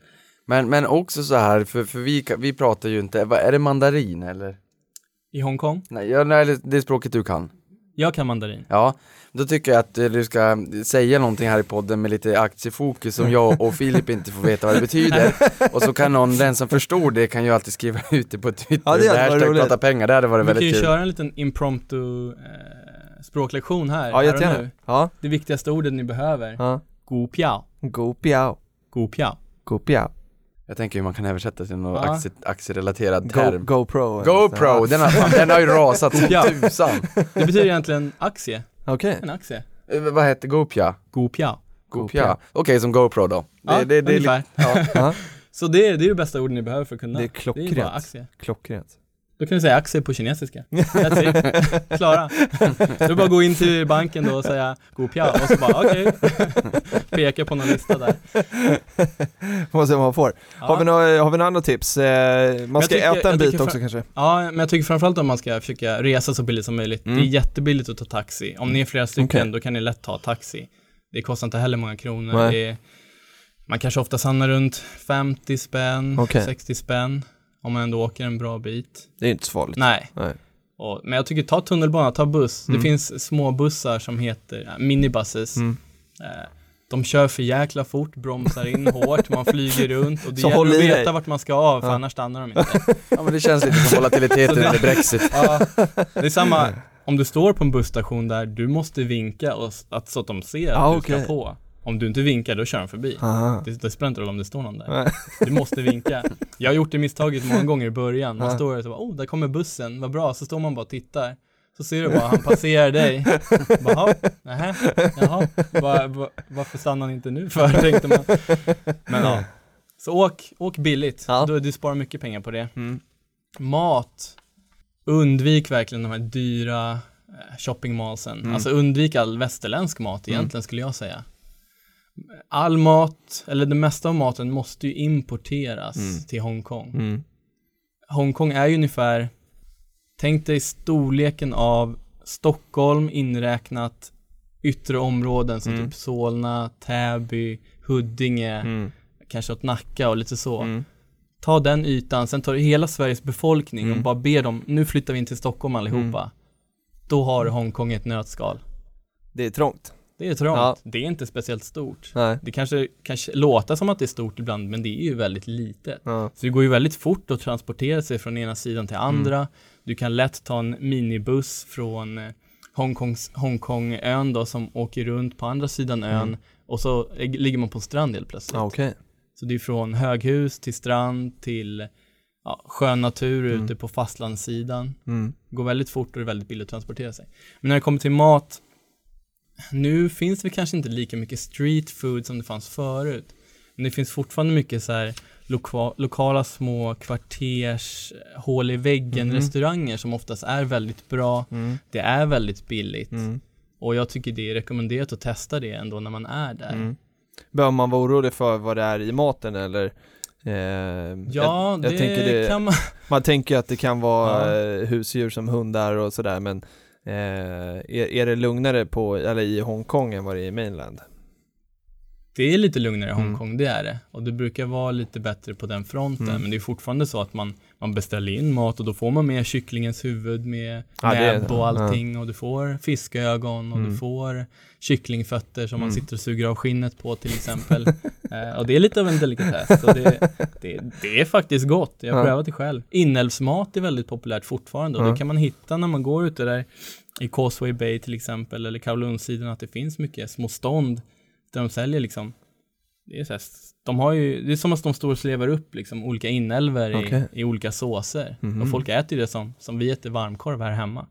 Men också så här, för vi pratar ju inte, är det mandarin eller? I Hongkong? Nej, det är språket du kan. Jag kan mandarin. Ja, då tycker jag att du ska säga någonting här i podden med lite aktiefokus som jag och Filip inte får veta vad det betyder. Och så kan den som förstår det kan ju alltid skriva ut det på Twitter. Ja, det hashtag prata pengar, det hade varit väldigt kul. Vi kan ju köra en liten impromptu språklektion här. Ja, jättegärna. Ja. Det viktigaste ordet ni behöver. Ja. Gu piao. Gu piao. Gu piao. Gu piao. Jag tänker hur man kan översätta till någon aktierelaterad term. GoPro. GoPro, den har ju rasat som tusan. Det betyder egentligen aktie. Okej. En aktie. Vad heter GoPia? GoPia. Okej, som GoPro då. Ja, det ungefär. Ja. Så det är det bästa ordet ni behöver för att kunna. Det är klockrent. Det är bara aktie. Klockrent. Då kan du säga aktie på kinesiska. That's it. Klara. Du bara gå in till banken då och säga GoPia och så bara okej. Peka på någon lista där. Får se vad man får. Ja. Har vi några andra tips? Man ska äta en bit också kanske. Ja, men jag tycker framförallt om man ska försöka resa så billigt som möjligt. Det är jättebilligt att ta taxi. Om ni är flera stycken då kan ni lätt ta taxi. Det kostar inte heller många kronor. Man kanske ofta stannar runt 50 spänn, 60 spänn. Om man ändå åker en bra bit. Det är inte så farligt. Nej. Men jag tycker ta tunnelbana, ta buss. Det finns små bussar som heter minibuses. De kör för jäkla fort, bromsar in hårt, man flyger runt och det gäller att veta vart man ska av för annars stannar de inte. Ja, men det känns lite som volatiliteten under Brexit. Ja, det är samma om du står på en busstation där du måste vinka så att de ser att du ska på. Om du inte vinkar, då kör de förbi. Det spelar inte roll om det står någon där. Du måste vinka. Jag har gjort det misstaget många gånger i början. Man står där och så bara, där kommer bussen, vad bra. Så står man bara och tittar. Så ser du bara, han passerar dig. Jaha. Varför stannar han inte nu för, tänkte man. Men så åk billigt. Du sparar mycket pengar på det. Mat. Undvik verkligen de här dyra shoppingmalsen. Alltså undvik all västerländsk mat egentligen skulle jag säga. All mat, eller det mesta av maten måste ju importeras till Hongkong. Hongkong är ju ungefär, tänk dig storleken av Stockholm inräknat yttre områden som typ Solna, Täby, Huddinge, kanske åt Nacka och lite så. Ta den ytan, sen tar du hela Sveriges befolkning och bara ber dem, nu flyttar vi in till Stockholm allihopa. Då har Hongkong ett nötskal. Det är trångt. Det är trångt. Det är inte speciellt stort. Nej. Det kanske låter som att det är stort ibland, men det är ju väldigt litet. Så det går ju väldigt fort att transportera sig från ena sidan till andra. Du kan lätt ta en minibuss från Hongkongön då, som åker runt på andra sidan ön och så ligger man på en strand helt plötsligt. Så det är från höghus till strand till skön natur ute på fastlandssidan. Det går väldigt fort och det är väldigt billigt att transportera sig. Men när det kommer till mat, nu finns det kanske inte lika mycket street food som det fanns förut. Men det finns fortfarande mycket så här lokala små kvarters hål i väggen restauranger som oftast är väldigt bra. Det är väldigt billigt. Och jag tycker det är rekommenderat att testa det ändå när man är där. Behöver man vara orolig för vad det är i maten eller? Jag det kan man. Man tänker att det kan vara husdjur som hundar och sådär, men är det lugnare i Hongkong än vad det är i mainland? Det är lite lugnare i Hongkong, det är det. Och det brukar vara lite bättre på den fronten. Men det är fortfarande så att man beställer in mat och då får man med kycklingens huvud med näbb och allting. Och du får fiskögon och du får kycklingfötter som man sitter och suger av skinnet på till exempel. Och det är lite av en delikatess. Så det är faktiskt gott. Jag har prövat det själv. Inälvsmat är väldigt populärt fortfarande. Och det kan man hitta när man går ute där i Causeway Bay till exempel. Eller Kowloon-sidan, att det finns mycket små stånd där de säljer liksom. Det är så här, det är som att de står och slevar upp liksom olika inälvor i olika såser. Och folk äter det som vi äter varmkorv här hemma.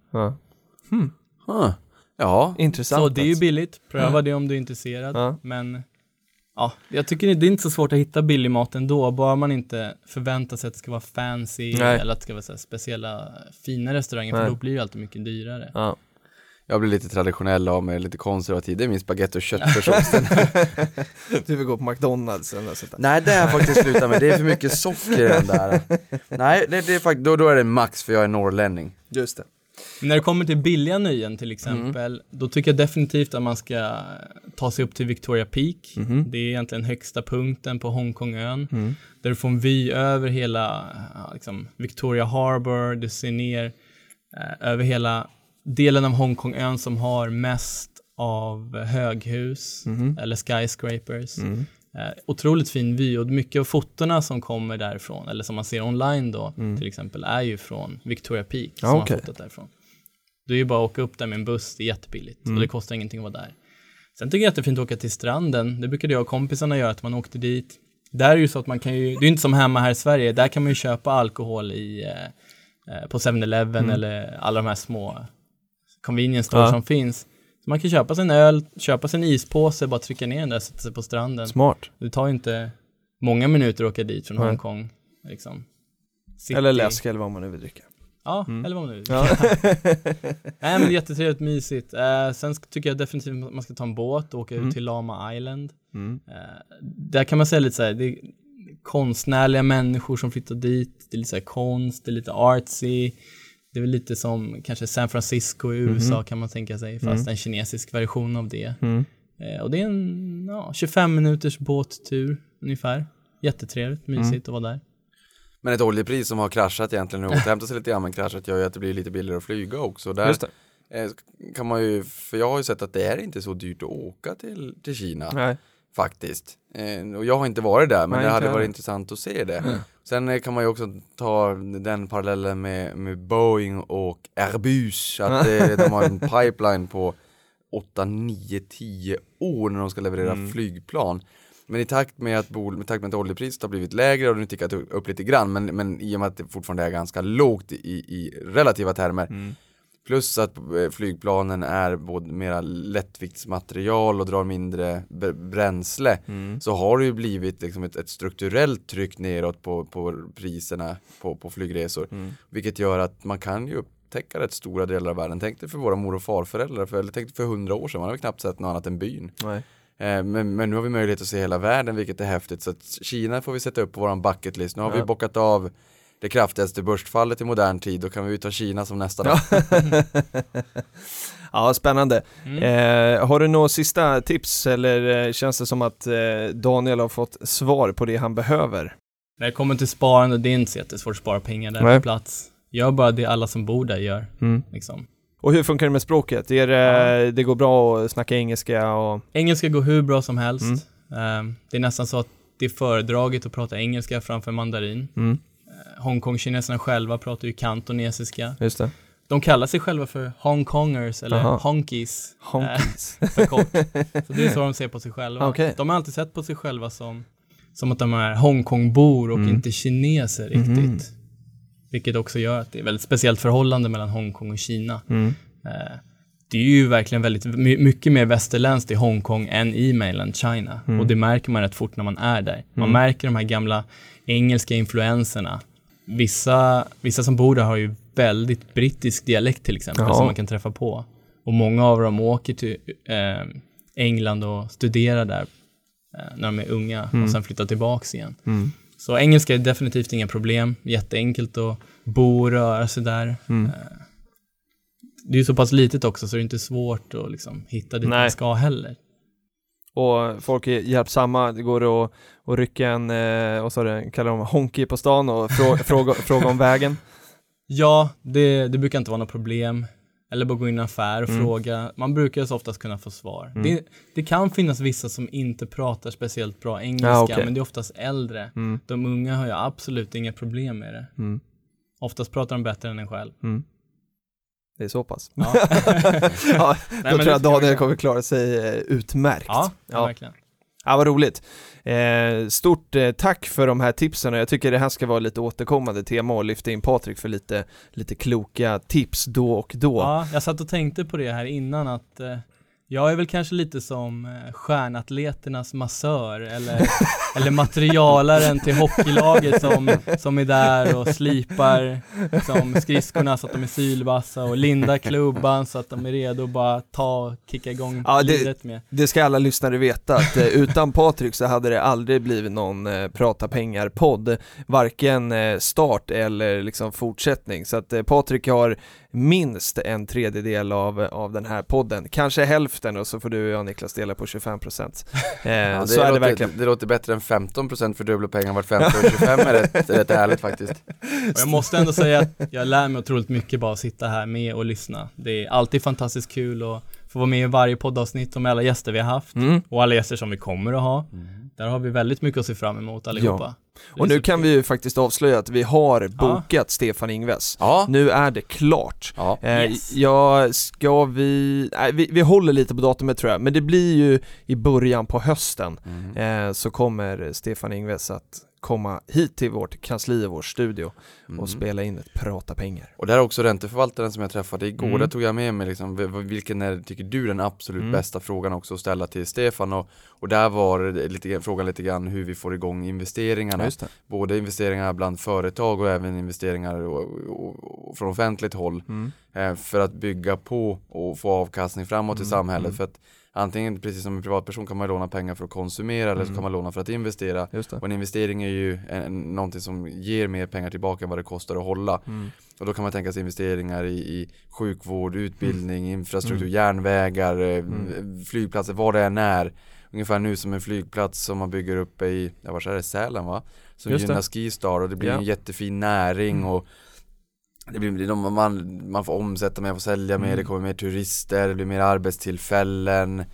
Ja, intressant. Så det är ju billigt. Pröva det om du är intresserad. Men jag tycker det är inte så svårt att hitta billig mat ändå. Bara man inte förväntar sig att det ska vara fancy eller att det ska vara så här speciella fina restauranger. För då blir det alltid mycket dyrare. Jag blir lite traditionell av mig, lite konservativ. Det är min spagetti och köttfärssås. Du vill gå på McDonalds eller sånt där. Nej, det har jag faktiskt slutat med. Det är för mycket socker i den där. Nej, det är faktiskt, då är det max för jag är norrlänning. Just det. När det kommer till billiga nöjen till exempel, då tycker jag definitivt att man ska ta sig upp till Victoria Peak. Det är egentligen högsta punkten på Hongkongön. Där du får en vy över hela liksom Victoria Harbour, du ser ner över hela delen av Hongkongön som har mest av höghus eller skyscrapers. Otroligt fin vy, och mycket av fotorna som kommer därifrån, eller som man ser online då till exempel, är ju från Victoria Peak som man fotat därifrån. Det är ju bara att åka upp där med en buss, det är jättbilligt och det kostar ingenting att vara där. Sen tycker jag att det är fint att åka till stranden. Det brukade jag och kompisarna göra, att man åkte dit. Där är ju så att man kan ju, det är ju inte som hemma här i Sverige, där kan man ju köpa alkohol på 7-Eleven eller alla de här små convenience stores som finns. Så man kan köpa sin öl, köpa sin ispåse, bara trycka ner den där och sätta sig på stranden. Smart. Det tar ju inte många minuter att åka dit från Hongkong. Liksom. Eller läsk eller vad man nu vill dricka. Ja, eller vad man nu vill. Nej, men det är jättetrevligt, mysigt. Sen tycker jag definitivt att man ska ta en båt och åka ut till Lama Island. Där kan man säga lite så här, det är konstnärliga människor som flyttar dit. Det är lite så här konst, det är lite artsy. Det är väl lite som kanske San Francisco i USA kan man tänka sig, fast en kinesisk version av det. Och det är en 25 minuters båttur ungefär. Jättetrevligt, mysigt att vara där. Men ett oljepris som har kraschat egentligen och återhämtat sig lite grann, men kraschat gör ju att det blir lite billigare att flyga också. Där kan man ju, för jag har ju sett att det är inte så dyrt att åka till Kina. Nej. Faktiskt. Och jag har inte varit där, men det hade varit intressant att se det. Sen kan man ju också ta den parallellen med Boeing och Airbus, att de har en pipeline på 8, 9, 10 år när de ska leverera flygplan. Men i takt med att oljepriset har blivit lägre och nu tickat upp lite grann, men i och med att det fortfarande är ganska lågt i relativa termer, plus att flygplanen är både mera lättviktsmaterial och drar mindre bränsle, så har det ju blivit liksom ett strukturellt tryck neråt på priserna på flygresor. Vilket gör att man kan ju upptäcka rätt stora delar av världen. Tänk dig för våra mor- och farföräldrar, eller tänk dig för 100 år sedan, man har knappt sett något annat än byn. Nej. Men nu har vi möjlighet att se hela världen, vilket är häftigt. Så att Kina får vi sätta upp på våran bucket list. Nu har vi bockat av det kraftigaste börsfallet i modern tid. Då kan vi ta Kina som nästa dag. Ja, spännande. Har du några sista tips, eller känns det som att Daniel har fått svar på det han behöver? När det kommer till sparande, det är inte så jättesvårt att spara pengar där på plats. Gör bara det alla som bor där gör. Liksom. Och hur funkar det med språket? Det går bra att snacka engelska? Engelska går hur bra som helst. Det är nästan så att det är föredraget att prata engelska framför mandarin. Hongkong-kineserna själva pratar ju kantonesiska. Just det. De kallar sig själva för Hongkongers eller honkies. För kort. Så det är så de ser på sig själva. Okay. De har alltid sett på sig själva som att de är Hongkongbor och inte kineser riktigt. Vilket också gör att det är ett väldigt speciellt förhållande mellan Hongkong och Kina. Det är ju verkligen väldigt mycket mer västerländskt i Hongkong än i mainland China. Och det märker man rätt fort när man är där. Man märker de här gamla engelska influenserna. Vissa som bor där har ju väldigt brittisk dialekt till exempel som man kan träffa på. Och många av dem åker till England och studerar där när de är unga och sen flyttar tillbaka igen. Så engelska är definitivt inga problem. Jätteenkelt att bo och röra sig där. Det är ju så pass litet också så det är inte svårt att liksom hitta dit man ska heller. Och folk är hjälpsamma. Det går att rycka en, kallar de honky på stan och fråga om vägen. Ja, det brukar inte vara något problem. Eller bara gå in i en affär och fråga. Man brukar så oftast kunna få svar. Det kan finnas vissa som inte pratar speciellt bra engelska, men det är oftast äldre. De unga har ju absolut inga problem med det. Oftast pratar de bättre än en själv. Det är så pass. Ja. Då tror jag att Daniel kommer klara sig utmärkt. Ja, verkligen. Ja, vad roligt. Stort tack för de här tipsen. Jag tycker det här ska vara lite återkommande tema och lyfta in Patrik för lite kloka tips då och då. Ja, jag satt och tänkte på det här innan att Jag är väl kanske lite som stjärnatleternas massör eller materialaren till hockeylaget som är där och slipar som skridskorna så att de är sylvassa och lindar klubban så att de är redo att bara kicka igång livet med. Det ska alla lyssnare veta att utan Patrik så hade det aldrig blivit någon Prata pengar-podd, varken start eller liksom fortsättning. Så att Patrik har minst 1/3 av den här podden, kanske hälften, och så får du och Niklas dela på 25%. Så är det verkligen. Det låter bättre än 15% för dubbla pengar vart 50 och 25 är rätt ärligt faktiskt. Och jag måste ändå säga att jag lär mig otroligt mycket bara att sitta här med och lyssna. Det är alltid fantastiskt kul att få vara med i varje poddavsnitt och med alla gäster vi har haft och alla gäster som vi kommer att ha. Där har vi väldigt mycket att se fram emot allihopa. Ja. Och nu kan vi ju faktiskt avslöja att vi har bokat Stefan Ingves. Ja. Nu är det klart. Ja. Vi håller lite på datumet tror jag, men det blir ju i början på hösten så kommer Stefan Ingves att komma hit till vårt kansli, vår studio och spela in ett Prata pengar. Och där är också ränteförvaltaren som jag träffade igår, där tog jag med mig liksom, vilken är, tycker du, den absolut bästa frågan också att ställa till Stefan, och där var frågan lite grann hur vi får igång investeringarna, både investeringar bland företag och även investeringar och från offentligt håll för att bygga på och få avkastning framåt i samhället, för att antingen, precis som en privatperson, kan man låna pengar för att konsumera eller så kan man låna för att investera. Och en investering är ju någonting som ger mer pengar tillbaka än vad det kostar att hålla. Och då kan man tänka sig investeringar i sjukvård, utbildning, infrastruktur, järnvägar, flygplatser, vad det än är. Ungefär nu som en flygplats som man bygger upp i, var är det, Sälen va? Som gynnar Skistar, och det blir en jättefin näring och det blir, man får omsätta mer, får sälja mer, det kommer mer turister, det blir mer arbetstillfällen,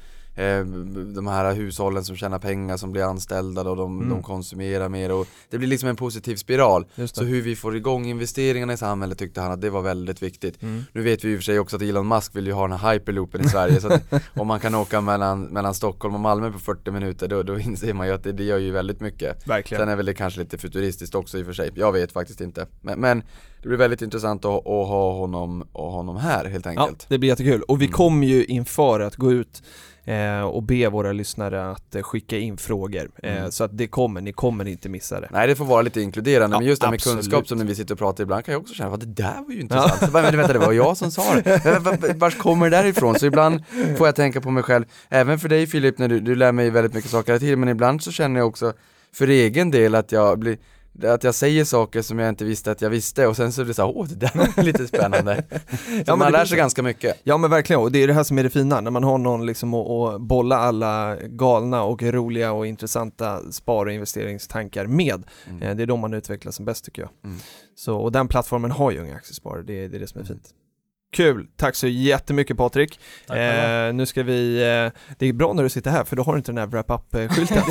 de här hushållen som tjänar pengar som blir anställda och de konsumerar mer, och det blir liksom en positiv spiral. Så hur vi får igång investeringarna i samhället tyckte han att det var väldigt viktigt. Nu vet vi ju för sig också att Elon Musk vill ju ha den här hyperloopen i Sverige, så att om man kan åka mellan Stockholm och Malmö på 40 minuter då inser man ju att det gör ju väldigt mycket. Verkligen. Sen är väl det kanske lite futuristiskt också i och för sig, jag vet faktiskt inte, men det blir väldigt intressant att ha honom här helt enkelt. Ja, det blir jättekul, och vi kommer ju inför att gå ut och be våra lyssnare att skicka in frågor, så att ni kommer inte missa det. Nej, det får vara lite inkluderande, men just det med absolut. kunskap som när vi sitter och pratar ibland kan jag också känna att det där var ju intressant. Så, men vänta, det var jag som sa det. Vart kommer det därifrån? Så ibland får jag tänka på mig själv, även för dig Filip, när du lär mig väldigt mycket saker till, men ibland så känner jag också för egen del att jag säger saker som jag inte visste att jag visste, och sen så är det så det där var lite spännande. Så man lär sig ganska mycket. Ja, men verkligen, och det är det här som är det fina, när man har någon liksom att bolla alla galna och roliga och intressanta spar- och investeringstankar med. Det är de man utvecklar som bäst tycker jag. Så, och den plattformen har ju Unga Aktiesparare, det är det som är fint. Kul, tack så jättemycket Patrik. Nu ska vi, det är bra när du sitter här för då har du inte den här wrap-up-skylten.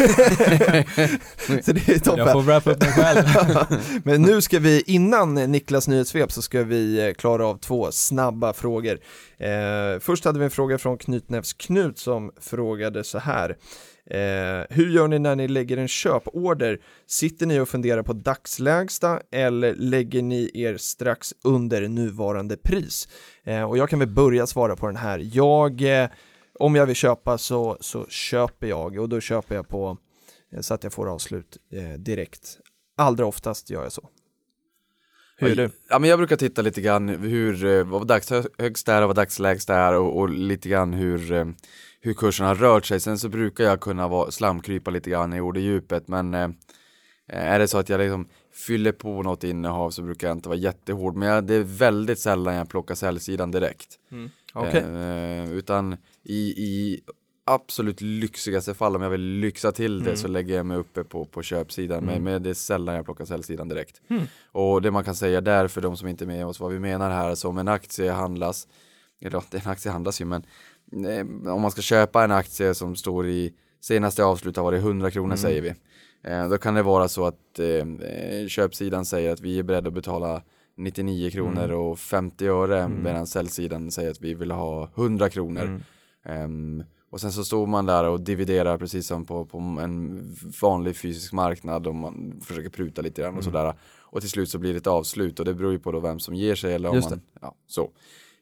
Så det är toppen. Jag får wrap up mig själv. Men nu ska vi, innan Niklas nyhetssvep, så ska vi klara av 2 snabba frågor. Först hade vi en fråga från Knytnävs Knut som frågade så här. Hur gör ni när ni lägger en köporder? Sitter ni och funderar på dagslägsta eller lägger ni er strax under nuvarande pris? Och jag kan väl börja svara på den här. Om jag vill köpa så köper jag, och då köper jag på så att jag får avslut direkt. Allra oftast gör jag så. Hur är du? Ja, men jag brukar titta lite grann vad dagshögst är och vad dagslägst är, och lite grann hur kursen har rört sig. Sen så brukar jag kunna slamkrypa lite grann i orderdjupet, men är det så att jag liksom fyller på något innehav så brukar jag inte vara jättehård, men det är väldigt sällan jag plockar säljsidan direkt. Utan i absolut lyxigaste fall, om jag vill lyxa till det, så lägger jag mig uppe på köpsidan, men det är sällan jag plockar säljsidan direkt. Och det man kan säga där för de som inte är med oss vad vi menar här, så om en aktie handlas, eller en aktie handlas ju, men om man ska köpa en aktie som står i senaste avslut har varit 100 kronor säger vi. Då kan det vara så att köpsidan säger att vi är beredda att betala 99 kronor och 50 öre medan säljsidan säger att vi vill ha 100 kronor. Och sen så står man där och dividerar precis som på en vanlig fysisk marknad, och man försöker pruta lite grann och sådär. Och till slut så blir det ett avslut, och det beror ju på då vem som ger sig eller om man, så.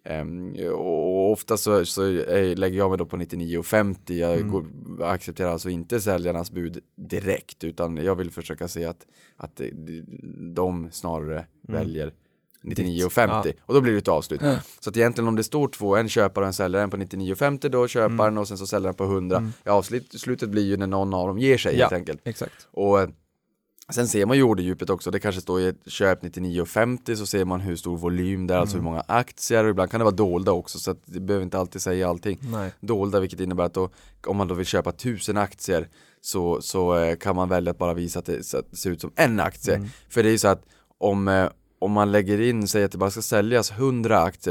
Och ofta så lägger jag mig då på 99,50. Jag accepterar alltså inte säljarnas bud direkt, utan jag vill försöka se att de snarare väljer 99,50 och då blir det ett avslut. Så att egentligen om det står en köpare och en säljare på 99,50, då köparen och sen så säljaren på 100. Slutet blir ju när någon av dem ger sig helt enkelt. Exakt. Och sen ser man ju orderdjupet också. Det kanske står i ett köp 99,50, så ser man hur stor volym det är, alltså hur många aktier, och ibland kan det vara dolda också, så att det behöver inte alltid säga allting. Nej. Dolda, vilket innebär att då, om man då vill köpa 1000 aktier så kan man välja att bara visa att det ser ut som en aktie. För det är ju så att om man lägger in, säger att det bara ska säljas 100 aktier,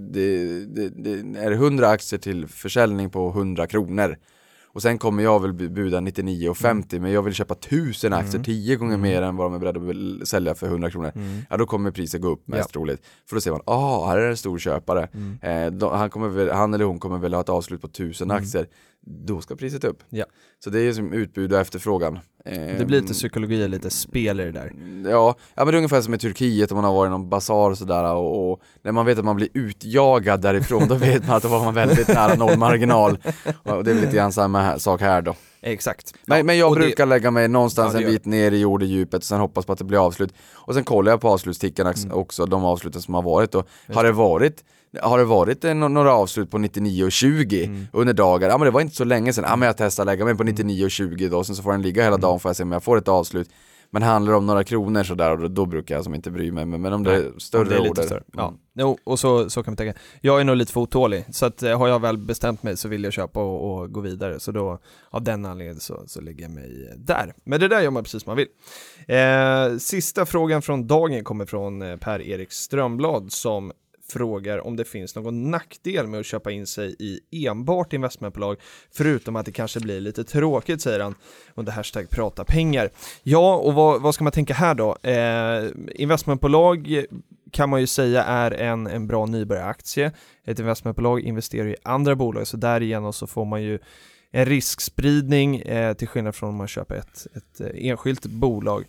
det är 100 aktier till försäljning på 100 kronor. Och sen kommer jag väl buda 99,50, men jag vill köpa 1000 aktier 10 gånger mer än vad de är beredda att sälja för 100 kronor. Ja, då kommer priset gå upp mest troligt. För då ser man, här är en stor köpare. Han eller hon kommer väl ha ett avslut på 1000 aktier. Då ska priset upp. Ja. Så det är som utbud och efterfrågan. Det blir lite psykologi, lite spel i det där. Ja, men det är ungefär som i Turkiet om man har varit i någon basar och sådär, och när man vet att man blir utjagad därifrån, då vet man att det var väldigt nära nollmarginal. Och det är lite grann samma sak här då. Exakt. Men jag brukar lägga mig någonstans en bit ner i jorddjupet och sen hoppas på att det blir avslut. Och sen kollar jag på avslutstickarna också, de avsluten som har varit. Och har det varit några avslut på 99,20 under dagar? Men det var inte så länge sedan. Men jag testar lägga mig på 99,20 då, sen så får den ligga hela dagen för att se om jag får ett avslut. Men handlar det om några kronor så där, och då brukar jag som inte bry mig. Men om det är större order. Ja. Jo, och så kan man tänka. Jag är nog lite för otålig, så att har jag väl bestämt mig så vill jag köpa och gå vidare. Så då, av den anledningen så lägger jag mig där. Men det där gör man precis som man vill. Sista frågan från dagen kommer från Per-Erik Strömblad, som frågar om det finns någon nackdel med att köpa in sig i enbart investmentbolag, förutom att det kanske blir lite tråkigt, säger han under hashtag prata pengar. Ja, och vad ska man tänka här då? Investmentbolag kan man ju säga är en bra nybörjaraktie. Ett investmentbolag investerar i andra bolag, så därigenom så får man ju en riskspridning till skillnad från om man köper ett enskilt bolag.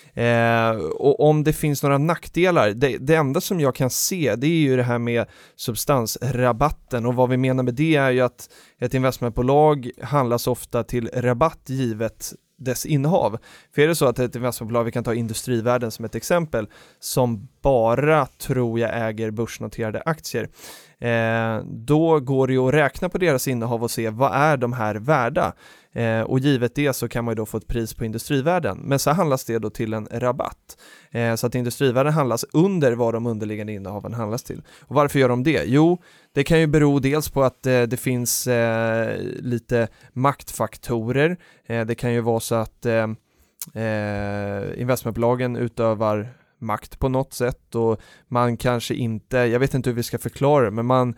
Och om det finns några nackdelar, det enda som jag kan se, det är ju det här med substansrabatten, och vad vi menar med det är ju att ett investmentbolag handlas ofta till rabatt givet dess innehav. För är det så att ett investmentbolag, vi kan ta Industrivärden som ett exempel, som bara tror jag äger börsnoterade aktier, då går det ju att räkna på deras innehav och se vad är de här värda. Och givet det så kan man ju då få ett pris på Industrivärden, men så handlas det då till en rabatt, så att Industrivärden handlas under vad de underliggande innehaven handlas till. Och varför gör de det? Jo, det kan ju bero dels på att det finns lite maktfaktorer. Det kan ju vara så att investmentbolagen utövar makt på något sätt, och man kanske inte, jag vet inte hur vi ska förklara det, men man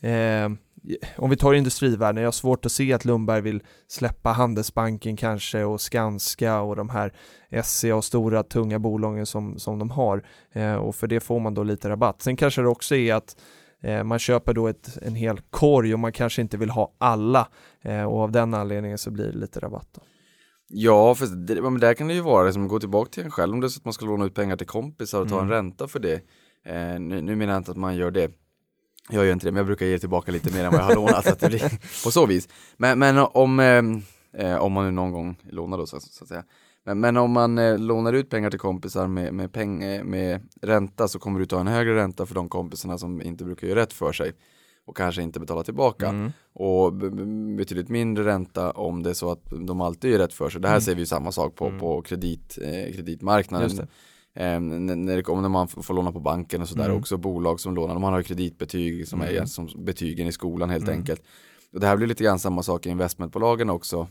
om vi tar Industrivärden, jag har svårt att se att Lundberg vill släppa Handelsbanken kanske, och Skanska och de här SCA och stora tunga bolagen som de har, och för det får man då lite rabatt. Sen kanske det också är att man köper då en hel korg och man kanske inte vill ha alla, och av den anledningen så blir det lite rabatt då. Ja, för men där kan det ju vara som går tillbaka till en själv, om det är så att man ska låna ut pengar till kompisar och ta en ränta för det. Nu menar jag inte att man gör det. Jag gör inte det, men jag brukar ge tillbaka lite mer än vad jag har lånat, så att det blir på så vis. Men om man nu någon gång lånar då, så att säga. Men om man lånar ut pengar till kompisar med ränta, så kommer du ta en högre ränta för de kompisarna som inte brukar göra rätt för sig och kanske inte betala tillbaka. Och betydligt mindre ränta om det är så att de alltid gör rätt för sig. Det här ser vi ju samma sak på kreditmarknaden. Just det. När man får låna på banken och sådär, också bolag som lånar, man har ju kreditbetyg som är som betygen i skolan helt enkelt. Och det här blir lite grann samma sak i investmentbolagen också.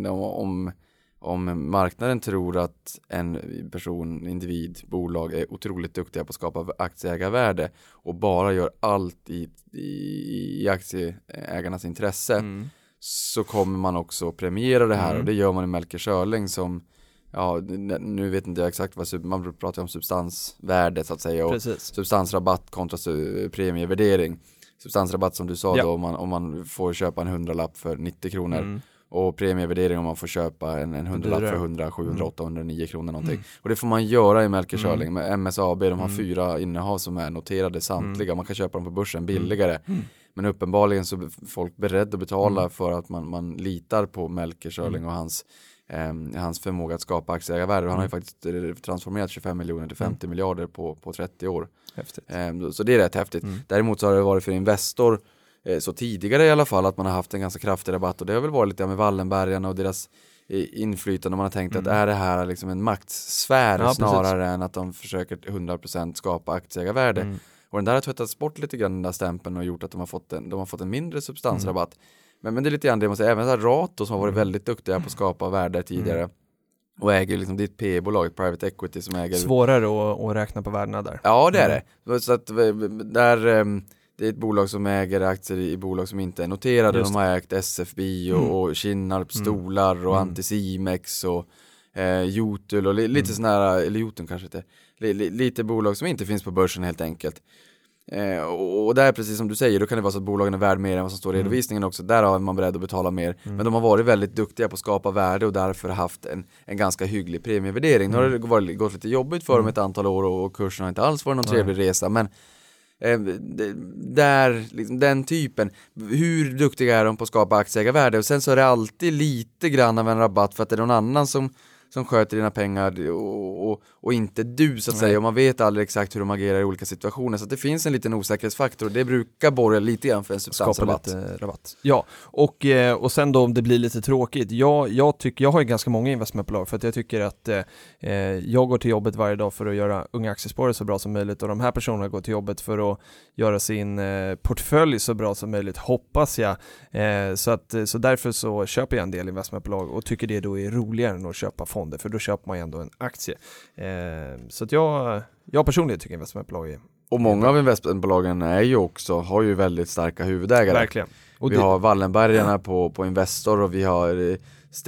Om marknaden tror att en person, individ, bolag är otroligt duktiga på att skapa aktieägarvärde och bara gör allt i aktieägarnas intresse, så kommer man också premiera det här, och det gör man i Melker Schörling som, ja, nu vet inte jag exakt vad man pratar om, substansvärde så att säga, och substansrabatt kontra premievärdering. Substansrabatt som du sa då, om man får köpa en 100-lapp för 90 kronor. Och premievärdering om man får köpa en 100-lapp för 100, 700, 800, 9 kronor någonting. Och det får man göra i Melker Schörling med MSAB. De har 4 innehav som är noterade samtliga. Man kan köpa dem på börsen billigare. Men uppenbarligen så är folk beredda att betala för att man litar på Melker Schörling och hans förmåga att skapa aktieägarvärde. Han har ju faktiskt transformerat 25 miljoner till 50 miljarder på 30 år. Häftigt. Så det är rätt häftigt. Däremot så har det varit för Investor så tidigare i alla fall att man har haft en ganska kraftig rabatt, och det har väl varit lite med Wallenbergarna och deras inflytande. Man har tänkt att är det här liksom en maktsfär snarare än att de försöker 100% skapa aktieägarvärde. Och den där har tvättats bort lite grann, den där stämpeln, och gjort att de har fått en mindre substansrabatt. Men det är lite grann det man säger, även så här Rato som har varit väldigt duktiga på att skapa värde tidigare och äger liksom ditt P-bolag, Private Equity, som äger... Svårare att räkna på värdena där. Ja, det är det. Så att där, det är ett bolag som äger aktier i bolag som inte är noterade. De har ägt SFB och Kinnarp stolar och Anticimex och Jotul och lite sån här, eller Jotun kanske inte. Lite bolag som inte finns på börsen helt enkelt. Och där, precis som du säger, då kan det vara så att bolagen är värd mer än vad som står i redovisningen också. Där är man beredd att betala mer. Men de har varit väldigt duktiga på att skapa värde och därför haft en ganska hygglig premievärdering. Nu har det gått lite jobbigt för dem ett antal år och kursen har inte alls varit någon trevlig resa. Men där, liksom, den typen, hur duktiga är de på att skapa aktieägarvärde? Och sen så är det alltid lite grann av en rabatt för att det är någon annan som sköter dina pengar och inte du, så att säga. Och man vet aldrig exakt hur de agerar i olika situationer. Så att det finns en liten osäkerhetsfaktor, och det brukar borga lite grann för en substansrabatt. Ja, och sen då om det blir lite tråkigt. Jag har ju ganska många investmentbolag, för att jag tycker att jag går till jobbet varje dag för att göra unga aktiesparare så bra som möjligt, och de här personerna går till jobbet för att göra sin portfölj så bra som möjligt, hoppas jag. Så därför så köper jag en del investmentbolag och tycker det då är roligare än att köpa fonder, för då köper man ju ändå en aktie. Så att jag personligen tycker investmentbolag är... Och många av investmentbolagen har ju väldigt starka huvudägare. Verkligen. Och vi har Wallenbergarna på Investor, och vi har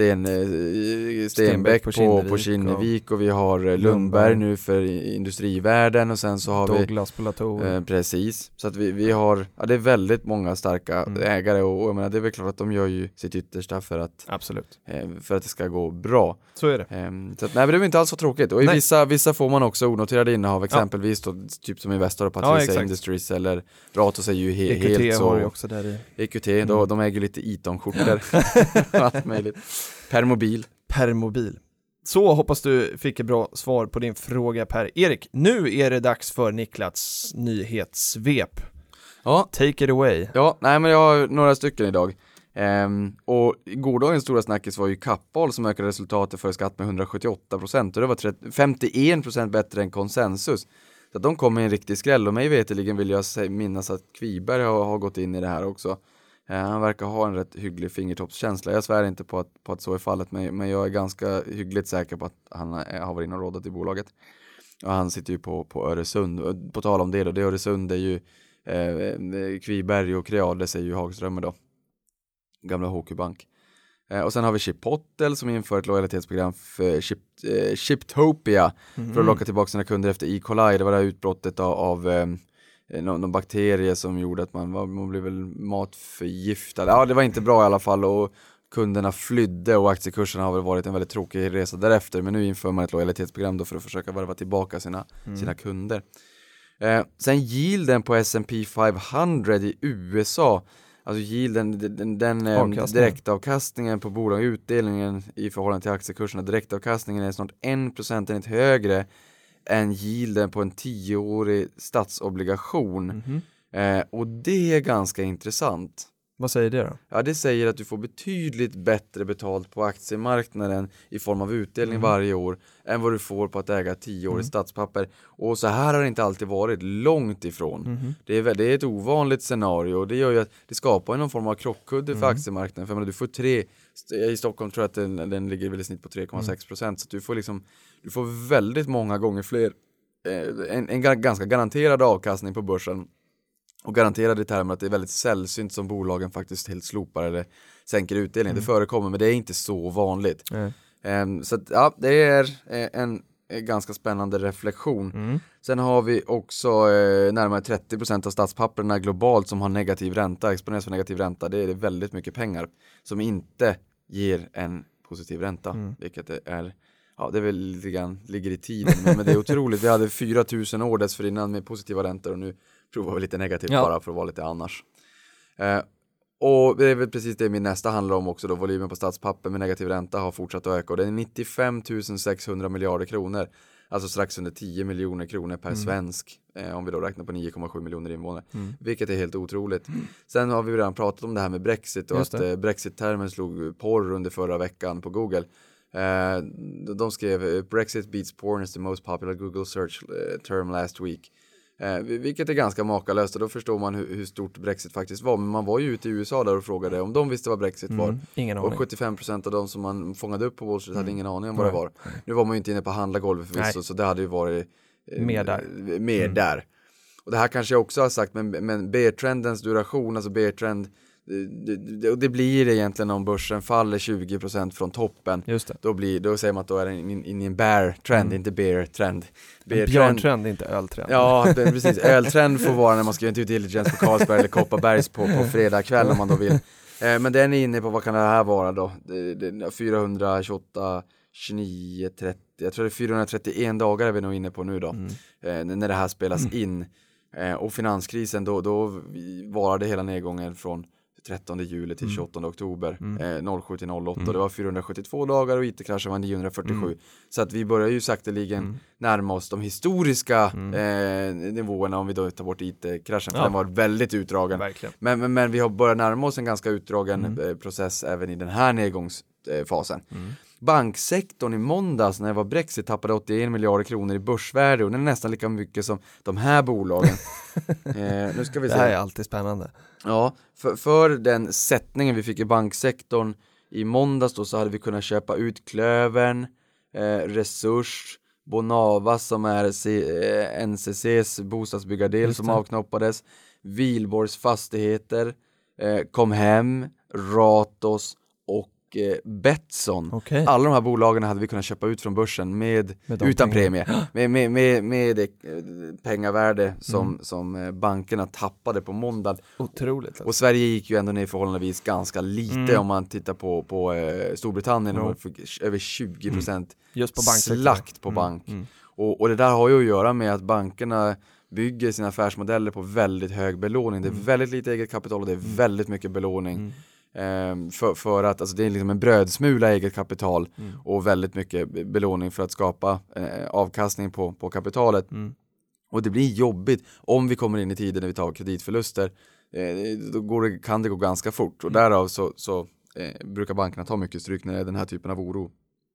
Stenbeck på Kinnevik, och vi har Lundberg nu för Industrivärden, och sen så har Douglas på Latour. Precis. Så att vi har, det är väldigt många starka ägare, och jag menar, det är väl klart att de gör ju sitt yttersta för att det ska gå bra. Så är det. Så att, nej, men det är inte alls så tråkigt. Och i vissa får man också onoterade innehav, exempelvis då, typ som Investor, Patricia Industries eller Ratos är ju helt så. Har ju också där i. EQT, då, de äger lite Eton-skjortor. Allt möjligt. Per mobil. Så hoppas du fick ett bra svar på din fråga, Per. Erik, nu är det dags för Niklas nyhetssvep. Ja. Take it away. Ja, nej, men jag har några stycken idag. Och gårdagens stora snackis var ju Kappahl som ökade resultatet för skatt med 178%, och det var 51% bättre än konsensus. Så att de kom med en riktig skräll, och mig veteligen vill jag minnas att Kviberg har gått in i det här också. Han verkar ha en rätt hygglig fingertoppskänsla. Jag svär inte på att så är fallet, men jag är ganska hyggligt säker på att han har varit inne och rådat i bolaget. Och han sitter ju på Öresund. Och på tal om det då, det Öresund är ju Kviberg, och Creades är ju Hagströmer då. Gamla HQ Bank. Och sen har vi Chipotle som inför ett lojalitetsprogram för Chiptopia för att locka tillbaka sina kunder efter E. coli. Det var det här utbrottet av någon bakterie som gjorde att man blev väl matförgiftad. Ja, det var inte bra i alla fall, och kunderna flydde, och aktiekurserna har väl varit en väldigt tråkig resa därefter. Men nu inför man ett lojalitetsprogram då för att försöka värva tillbaka sina kunder. Sen yielden på S&P 500 i USA, alltså yielden, den direktavkastningen på bolag, utdelningen i förhållande till aktiekurserna, direktavkastningen är snart 1% högre än yielden på en 10-årig statsobligation. Och det är ganska intressant. Vad säger det då? Ja, det säger att du får betydligt bättre betalt på aktiemarknaden i form av utdelning varje år än vad du får på att äga 10-årigt statspapper. Och så här har det inte alltid varit, långt ifrån. Det är ett ovanligt scenario, och det gör ju att det skapar någon form av krockkudde för aktiemarknaden. För du får i Stockholm tror jag att den ligger väl i snitt på 3,6%. Så du får väldigt många gånger fler, en ganska garanterad avkastning på börsen. Och garanterad i termer att det är väldigt sällsynt som bolagen faktiskt helt slopar eller sänker utdelningen. Det förekommer, men det är inte så vanligt. Så att, ja, det är en ganska spännande reflektion. Sen har vi också närmare 30% av statspapperna globalt som har negativ ränta, exponeras för negativ ränta. Det är väldigt mycket pengar som inte ger en positiv ränta, vilket det är, ja, det är väl lite grann ligger i tiden, men det är otroligt. Vi hade 4000 år dessförinnan med positiva räntor och nu provar vi lite negativt bara för att vara lite annars. Och det är väl precis det min nästa handlar om också då. Volymen på statspapper med negativ ränta har fortsatt att öka och det är 95 600 miljarder kronor. Alltså strax under 10 miljoner kronor per svensk. Om vi då räknar på 9,7 miljoner invånare. Vilket är helt otroligt. Sen har vi redan pratat om det här med Brexit och att Brexit-termen slog porr under förra veckan på Google. De skrev Brexit beats porn is the most popular Google search term last week. Vilket är ganska makalöst och då förstår man hur stort Brexit faktiskt var. Men man var ju ute i USA där och frågade om de visste vad Brexit var. Ingen aning. Och 75% av de som man fångade upp på Wall Street hade ingen aning om vad det var. Nu var man ju inte inne på handlargolvet förvisso, så det hade ju varit mer där. Och det här kanske jag också har sagt, men bear-trendens duration, alltså bear-trend, det blir egentligen om börsen faller 20% från toppen. Just det. Då säger man att då är det in i en bear-trend, inte bear-trend. Björn-trend, inte öl-trend. Ja, precis. Öl-trend får vara när man ska göra en due diligence på Carlsberg eller Kopparbergs på fredag kväll om man då vill. Men den är inne på, vad kan det här vara då? 428, 29, 30. Jag tror det är 431 dagar är vi nog inne på nu då. När det här spelas in. Och finanskrisen då varade hela nedgången från 13 juli till 28 oktober 07 till 08. Det var 472 dagar och IT-kraschen var 947. Så att vi börjar ju sakteligen närma oss de historiska nivåerna om vi då tar bort IT-kraschen. För den var väldigt utdragen. Men vi har börjat närma oss en ganska utdragen process även i den här nedgångsfasen. Banksektorn i måndags när det var Brexit tappade 81 miljarder kronor i börsvärde och det är nästan lika mycket som de här bolagen. Nu ska vi se. Det här är alltid spännande. Ja, för den sättningen vi fick i banksektorn i måndags då, så hade vi kunnat köpa ut Klövern, Resurs, Bonava som är NCCs bostadsbyggardel som avknoppades, Vilborgs fastigheter, Comhem, Ratos och Betsson. Alla de här bolagen hade vi kunnat köpa ut från börsen utan premie. Med pengavärde som bankerna tappade på måndag. Otroligt. Alltså. Och Sverige gick ju ändå ner förhållandevis ganska lite om man tittar på Storbritannien och fick över 20% just på slakt på bank. Och det där har ju att göra med att bankerna bygger sina affärsmodeller på väldigt hög belåning. Det är väldigt lite eget kapital och det är väldigt mycket belåning. För att alltså det är liksom en brödsmula eget kapital och väldigt mycket belåning för att skapa avkastning på kapitalet. Och det blir jobbigt om vi kommer in i tider när vi tar kreditförluster. Då kan det gå ganska fort och därav så brukar bankerna ta mycket stryk när det är den här typen av oro.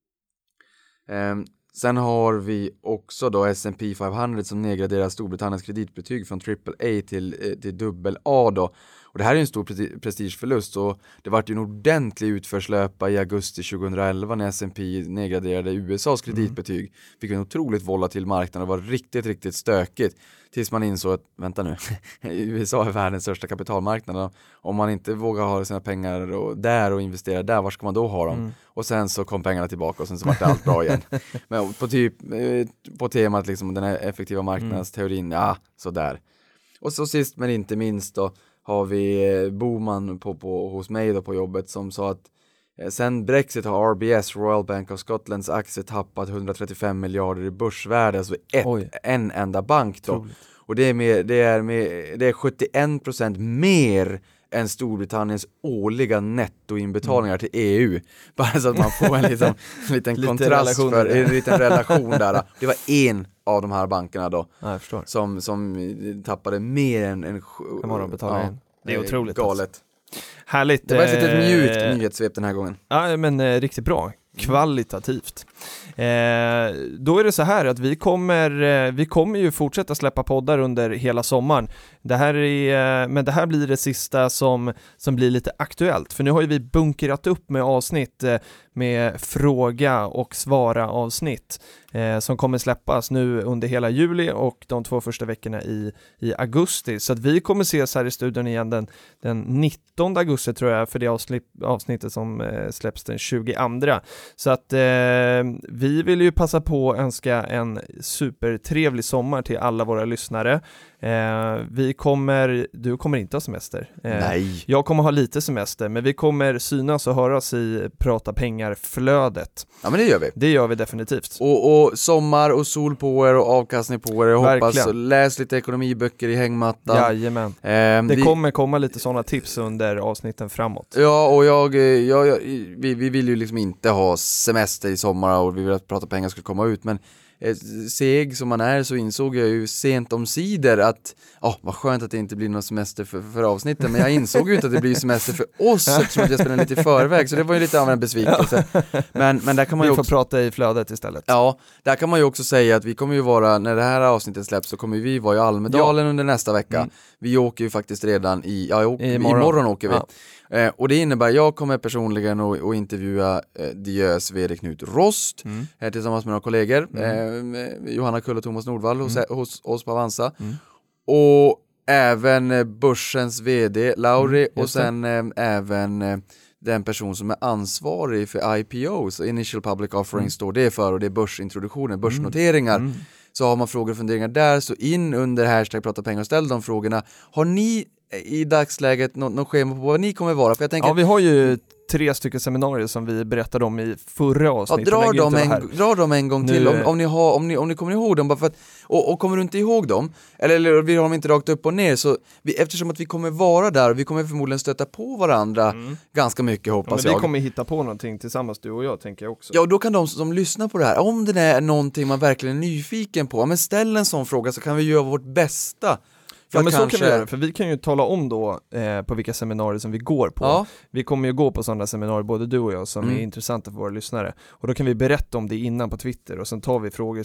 Sen har vi också då S&P 500 som nedgraderar Storbritanniens kreditbetyg från AAA till AA då. Och det här är en stor prestigeförlust och det var ju en ordentlig utförslöpa i augusti 2011 när S&P nedgraderade USAs kreditbetyg. Fick en otroligt volatil marknad och var riktigt, riktigt stökigt. Tills man insåg att, vänta nu, USA är världens största kapitalmarknad. Om man inte vågar ha sina pengar och investera där, var ska man då ha dem? Och sen så kom pengarna tillbaka och sen så var det allt bra igen. Men på temat liksom den här effektiva marknadsteorin, ja, sådär. Och så sist men inte minst då har vi Boman hos mig då på jobbet som sa att sen Brexit har RBS, Royal Bank of Scotlands aktie tappat 135 miljarder i börsvärde, alltså en enda bank då. Troligt. Och det är 71% mer än Storbritanniens årliga nettoinbetalningar till EU. Bara så att man får en liten kontrast en liten relation där. Det var en av de här bankerna då som tappade mer än vad de betalade in. Det är otroligt. Galet. Alltså. Härligt. Det var ett mjukt nyhetssvep den här gången. Ja, men riktigt bra. Kvalitativt. Då är det så här att vi kommer ju fortsätta släppa poddar under hela sommaren. Men det här blir det sista som blir lite aktuellt. För nu har ju vi bunkerat upp med avsnitt med fråga och svara avsnitt som kommer släppas nu under hela juli och de 2 första veckorna i augusti. Så att vi kommer ses här i studion igen den 19 augusti tror jag för det avsnittet som släpps den 22. Så att vi vill ju passa på att önska en supertrevlig sommar till alla våra lyssnare. Du kommer inte ha semester. Nej. Jag kommer ha lite semester, men vi kommer synas och höras i Prata pengar-flödet. Ja, men det gör vi. Det gör vi definitivt. Och sommar och sol på er och avkastning på er. Jag hoppas. Verkligen. Och läs lite ekonomiböcker i hängmattan. Jajamän. Det kommer komma lite sådana tips under avsnitten framåt. Ja, och vi vill ju liksom inte ha semester i sommar och vi vill att Prata pengar ska komma ut, men seg som man är så insåg jag ju sent om sidor att vad skönt att det inte blir någon semester för avsnitten, men jag insåg ju inte att det blir semester för oss eftersom jag spelade lite i förväg, så det var ju lite av en besvikelse. Men där kan man ju vi får också prata i flödet istället. Ja, där kan man ju också säga att vi kommer ju vara, när det här avsnittet släpps så kommer vi vara i Almedalen under nästa vecka. Vi åker ju faktiskt redan imorgon åker vi. Och det innebär jag kommer personligen att intervjua Diös vd Knut Rost här tillsammans med några kollegor, Johanna Kull och Thomas Nordvall hos oss på Avanza, och även Börsens vd Lauri och sen även den person som är ansvarig för IPOs, Initial Public Offering står det för, och det är börsintroduktioner, börsnoteringar. Så har man frågor och funderingar där, så in under hashtag Prata pengar och ställ de frågorna. Har ni i dagsläget någon schema på vad ni kommer vara? För jag tänker, vi har ju 3 stycken seminarier som vi berättade om i förra avsnittet. Dra dem en gång till om ni kommer ihåg dem, bara för att, och kommer du inte ihåg dem eller vi har dem inte rakt upp och ner, så eftersom att vi kommer vara där och vi kommer förmodligen stöta på varandra ganska mycket, hoppas jag. Vi kommer hitta på någonting tillsammans, du och jag, tänker jag också. Ja, och då kan de som lyssnar på det här, om det är någonting man verkligen är nyfiken på, men ställ en sån fråga så kan vi göra vårt bästa. Ja, men så kan vi göra, för vi kan ju tala om då på vilka seminarier som vi går på. Ja. Vi kommer ju gå på sådana seminarier, både du och jag, som är intressanta för våra lyssnare. Och då kan vi berätta om det innan på Twitter, och sen tar vi frågor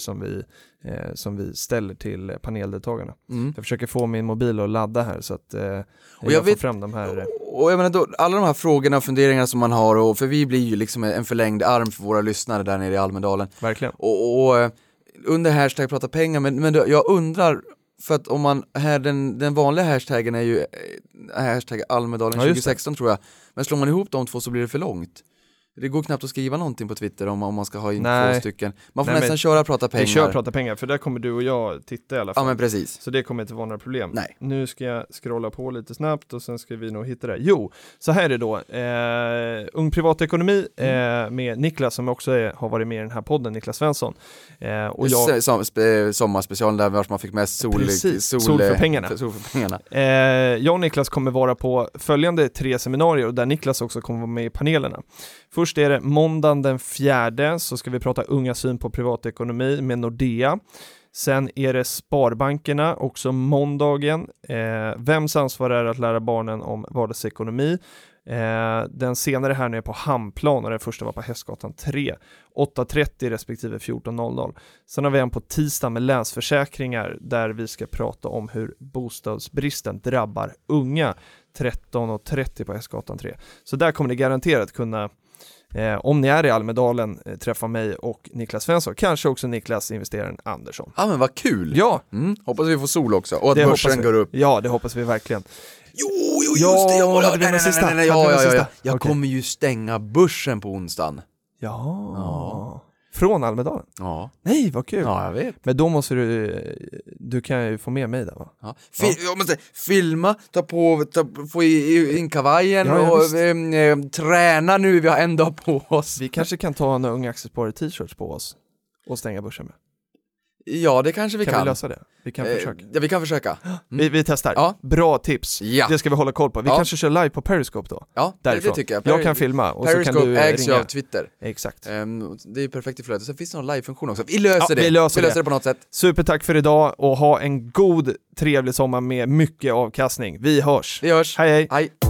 som vi ställer till paneldeltagarna. Jag försöker få min mobil att ladda här så att jag får fram de här. Och jag menar då, alla de här frågorna och funderingarna som man har, och för vi blir ju liksom en förlängd arm för våra lyssnare där nere i Almedalen. Verkligen. Och under hashtag Prata pengar, men jag undrar, för att om man här, den vanliga hashtaggen är ju hashtag Almedalen 2016 tror jag. Men slår man ihop de två så blir det för långt. Det går knappt att skriva någonting på Twitter om man ska ha in 2 stycken. Man får nästan köra Prata pengar. Vi kör Prata pengar, för där kommer du och jag titta i alla fall. Ja, men precis. Så det kommer inte vara några problem. Nej. Nu ska jag scrolla på lite snabbt och sen ska vi nog hitta det. Jo, så här är det då. Ung privatekonomi med Niklas, som också har varit med i den här podden, Niklas Svensson. Och jag... Sommarspecialen där vart man fick mest sol för pengarna. Jag och Niklas kommer vara på följande 3 seminarier, där Niklas också kommer vara med i panelerna. Först är det måndagen den 4, så ska vi prata unga syn på privatekonomi med Nordea. Sen är det sparbankerna, också måndagen. Vems ansvar är att lära barnen om vardagsekonomi? Den senare här nu är på Hamnplan, och den första var på Hästgatan 3. 8.30 respektive 14.00. Sen har vi en på tisdag med länsförsäkringar, där vi ska prata om hur bostadsbristen drabbar unga. 13.30 på Hästgatan 3. Så där kommer ni garanterat kunna, om ni är i Almedalen, träffa mig och Niklas Svensson. Kanske också Niklas, investeraren Andersson. Ja, men vad kul! Ja! Hoppas vi får sol också, och att börsen går upp. Ja, det hoppas vi verkligen. Jo, just det! Jag okay. kommer ju stänga börsen på onsdagen. Ja. Från Almedalen? Ja. Nej, vad kul. Ja, jag vet. Men då måste du kan ju få med mig där, va? Ja. Jag måste filma, få in kavajen och träna nu, vi har en dag på oss. Vi kanske kan ta en Unga Aktiesparare t-shirts på oss och stänga börsen med. Ja, det kanske vi kan. Kan vi lösa det? Vi kan försöka. Ja, vi kan försöka. Vi testar. Ja. Bra tips. Ja. Det ska vi hålla koll på. Vi kanske kör live på Periscope då. Ja, det tycker jag. Jag kan filma och Periscope så kan du ägs ringa. Av Twitter. Exakt. Det är perfekt i flödet. Sen finns det någon live-funktion också. Vi löser det. Vi löser det på något sätt. Supertack för idag, och ha en god, trevlig sommar med mycket avkastning. Vi hörs. Vi hörs. Hej. Hej.